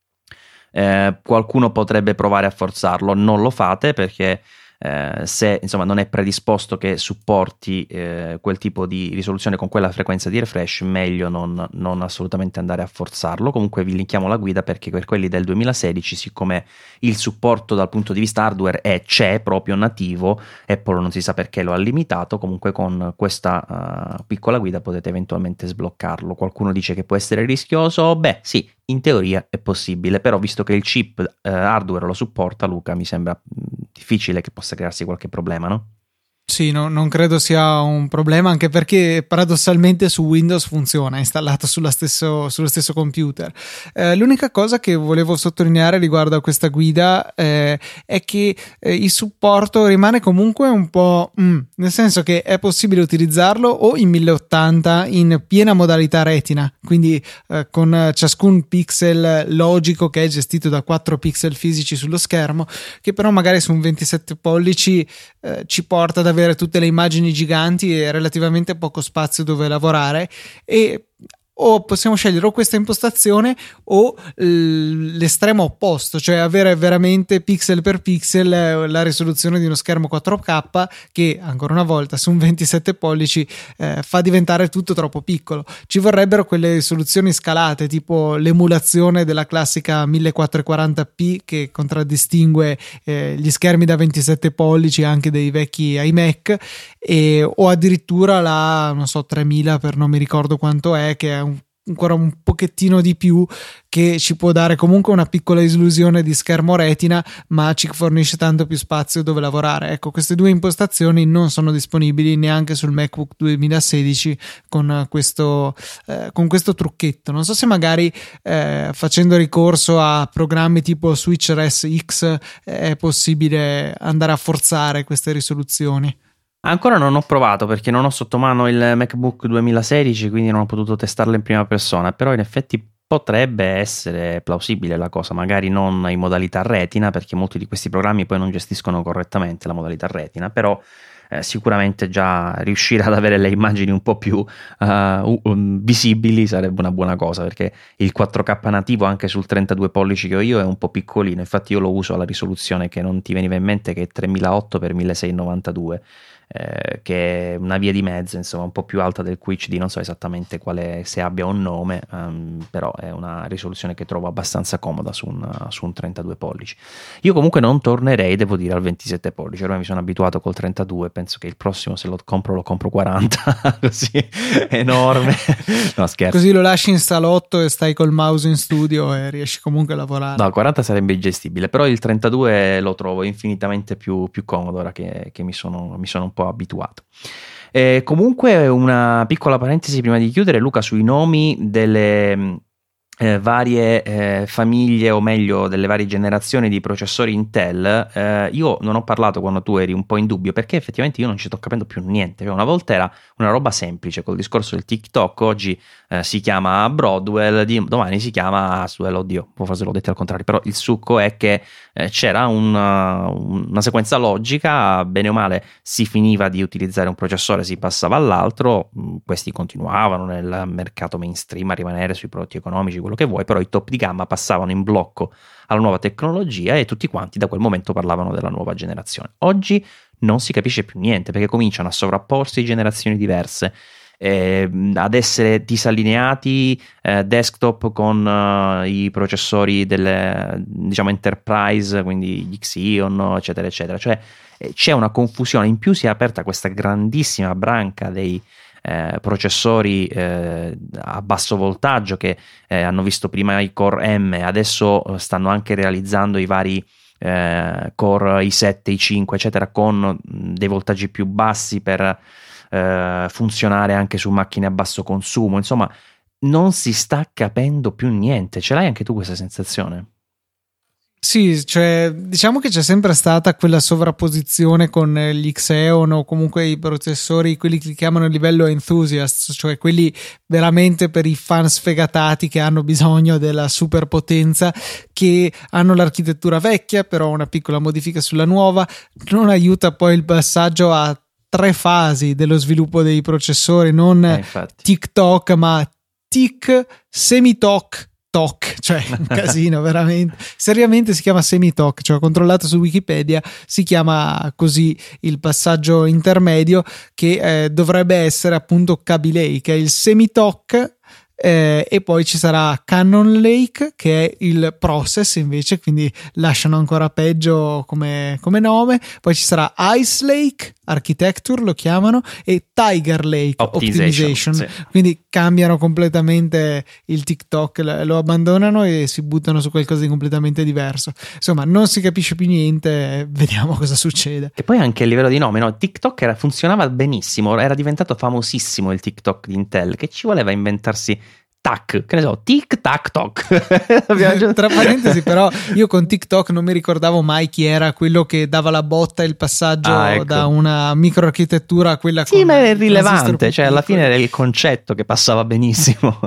qualcuno potrebbe provare a forzarlo. Non lo fate perché se insomma non è predisposto che supporti quel tipo di risoluzione con quella frequenza di refresh, meglio non assolutamente andare a forzarlo. Comunque vi linkiamo la guida, perché per quelli del 2016, siccome il supporto dal punto di vista hardware c'è proprio nativo, Apple non si sa perché lo ha limitato. Comunque con questa piccola guida potete eventualmente sbloccarlo. Qualcuno dice che può essere rischioso, beh sì, in teoria è possibile, però visto che il chip hardware lo supporta, Luca, mi sembra difficile che possa crearsi qualche problema, no? Sì, non credo sia un problema, anche perché paradossalmente su Windows funziona, è installato sullo stesso computer. L'unica cosa che volevo sottolineare riguardo a questa guida è che il supporto rimane comunque un po'... nel senso che è possibile utilizzarlo o in 1080 in piena modalità retina, quindi con ciascun pixel logico che è gestito da 4 pixel fisici sullo schermo, che però magari su un 27 pollici ci porta ad avere tutte le immagini giganti e relativamente poco spazio dove lavorare, e o possiamo scegliere o questa impostazione o l'estremo opposto, cioè avere veramente pixel per pixel la risoluzione di uno schermo 4K che ancora una volta su un 27 pollici fa diventare tutto troppo piccolo. Ci vorrebbero quelle risoluzioni scalate, tipo l'emulazione della classica 1440p che contraddistingue gli schermi da 27 pollici anche dei vecchi iMac, o addirittura la, non so, 3000 per non mi ricordo quanto è, che è ancora un pochettino di più, che ci può dare comunque una piccola illusione di schermo retina, ma ci fornisce tanto più spazio dove lavorare. Ecco, queste due impostazioni non sono disponibili neanche sul MacBook 2016 con questo trucchetto. Non so se magari facendo ricorso a programmi tipo Switcher SX è possibile andare a forzare queste risoluzioni. Ancora non ho provato perché non ho sotto mano il MacBook 2016, quindi non ho potuto testarlo in prima persona, però in effetti potrebbe essere plausibile la cosa, magari non in modalità retina, perché molti di questi programmi poi non gestiscono correttamente la modalità retina, però sicuramente già riuscire ad avere le immagini un po' più visibili sarebbe una buona cosa, perché il 4K nativo anche sul 32 pollici che ho io è un po' piccolino, infatti io lo uso alla risoluzione che non ti veniva in mente, che è 3008x1692, che è una via di mezzo, insomma un po' più alta del QHD, non so esattamente quale, se abbia un nome, però è una risoluzione che trovo abbastanza comoda su un 32 pollici. Io comunque non tornerei, devo dire, al 27 pollici, ormai mi sono abituato col 32, penso che il prossimo se lo compro 40 così enorme. No, scherzo, così lo lasci in salotto e stai col mouse in studio e riesci comunque a lavorare. No, 40 sarebbe ingestibile, però il 32 lo trovo infinitamente più comodo ora che mi sono un po' abituato. Comunque una piccola parentesi prima di chiudere, Luca, sui nomi delle varie famiglie, o meglio delle varie generazioni di processori Intel. Io non ho parlato quando tu eri un po' in dubbio, perché effettivamente io non ci sto capendo più niente. Cioè, una volta era una roba semplice col discorso del TikTok, oggi si chiama Broadwell, domani si chiama Aswell, oddio, forse l'ho detto al contrario, però il succo è che c'era una sequenza logica, bene o male si finiva di utilizzare un processore, si passava all'altro, questi continuavano nel mercato mainstream a rimanere sui prodotti economici, quello che vuoi, però i top di gamma passavano in blocco alla nuova tecnologia e tutti quanti da quel momento parlavano della nuova generazione. Oggi non si capisce più niente, perché cominciano a sovrapporsi generazioni diverse, ad essere disallineati desktop con i processori delle, diciamo, enterprise, quindi gli Xeon, eccetera eccetera. Cioè c'è una confusione, in più si è aperta questa grandissima branca dei processori a basso voltaggio che hanno visto prima i Core M, adesso stanno anche realizzando i vari Core i7, i5 eccetera, con dei voltaggi più bassi per funzionare anche su macchine a basso consumo. Insomma, non si sta capendo più niente. Ce l'hai anche tu questa sensazione? Sì, cioè diciamo che c'è sempre stata quella sovrapposizione con gli Xeon, o comunque i processori, quelli che chiamano a livello enthusiast, cioè quelli veramente per i fan sfegatati che hanno bisogno della superpotenza, che hanno l'architettura vecchia però una piccola modifica sulla nuova. Non aiuta poi il passaggio a 3 fasi dello sviluppo dei processori, non TikTok ma TIC, semi-TOC, TOC, cioè un casino veramente. Seriamente si chiama semi-TOC, cioè ho controllato su Wikipedia, si chiama così il passaggio intermedio, che dovrebbe essere appunto Kaby Lake, è il semi-TOC. E poi ci sarà Cannon Lake, che è il process invece, quindi lasciano ancora peggio come nome. Poi ci sarà Ice Lake Architecture, lo chiamano, e Tiger Lake Optimization. Sì. Quindi cambiano completamente il TikTok, lo abbandonano e si buttano su qualcosa di completamente diverso. Insomma, non si capisce più niente, vediamo cosa succede. E poi anche a livello di nome, no? TikTok funzionava benissimo, era diventato famosissimo il TikTok di Intel, che ci voleva inventarsi tac, che ne so, tic tac toc. Tra parentesi, però io con TikTok non mi ricordavo mai chi era quello che dava la botta, il passaggio ecco, da una microarchitettura a quella sì, ma è irrilevante, cioè alla fine era il concetto che passava benissimo.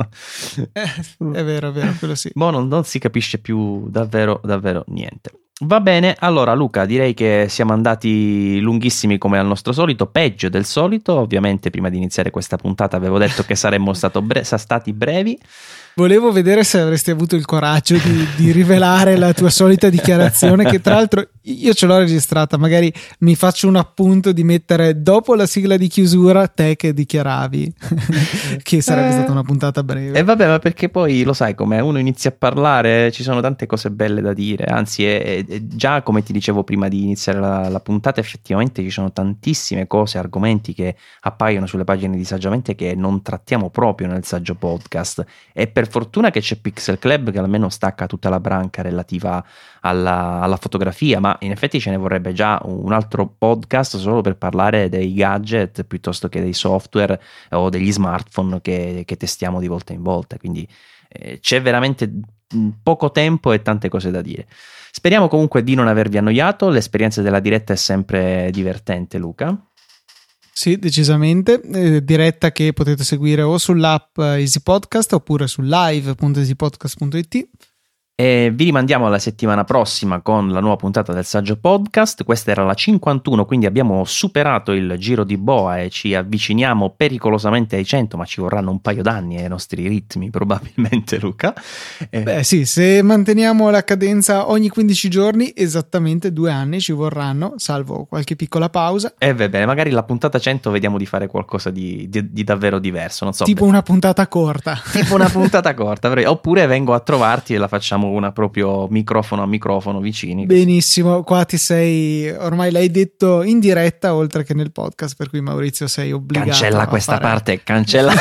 È vero, quello sì. Boh, non si capisce più davvero niente. Va bene, allora Luca, direi che siamo andati lunghissimi come al nostro solito, peggio del solito. Ovviamente prima di iniziare questa puntata avevo detto che saremmo stati brevi, Volevo vedere se avresti avuto il coraggio di rivelare la tua solita dichiarazione, che tra l'altro io ce l'ho registrata, magari mi faccio un appunto di mettere dopo la sigla di chiusura te che dichiaravi che sarebbe stata una puntata breve. E vabbè, ma perché poi lo sai come uno inizia a parlare, ci sono tante cose belle da dire, anzi è già come ti dicevo prima di iniziare la puntata, effettivamente ci sono tantissime cose, argomenti che appaiono sulle pagine di Saggiamente che non trattiamo proprio nel Saggio Podcast, e per fortuna che c'è Pixel Club che almeno stacca tutta la branca relativa alla fotografia, ma in effetti ce ne vorrebbe già un altro podcast solo per parlare dei gadget piuttosto che dei software o degli smartphone che testiamo di volta in volta, quindi c'è veramente poco tempo e tante cose da dire. Speriamo comunque di non avervi annoiato, l'esperienza della diretta è sempre divertente, Luca. Sì, decisamente, diretta che potete seguire o sull'app Easy Podcast oppure su live.easypodcast.it. E vi rimandiamo alla settimana prossima con la nuova puntata del Saggio Podcast. Questa era la 51, quindi abbiamo superato il giro di boa e ci avviciniamo pericolosamente ai 100, ma ci vorranno un paio d'anni ai nostri ritmi probabilmente, Luca. Beh sì, se manteniamo la cadenza ogni 15 giorni, esattamente 2 anni ci vorranno, salvo qualche piccola pausa. E bene, magari la puntata 100 vediamo di fare qualcosa di davvero diverso, non so. Tipo una puntata corta. Tipo una puntata corta, oppure vengo a trovarti e la facciamo una proprio microfono a microfono vicini. Benissimo, qua ti sei, ormai l'hai detto in diretta oltre che nel podcast, per cui Maurizio sei obbligato cancella questa parte, cancella.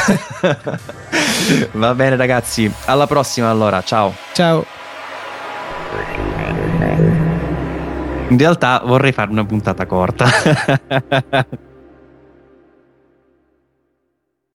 Va bene ragazzi, alla prossima allora, ciao. Ciao. In realtà vorrei fare una puntata corta.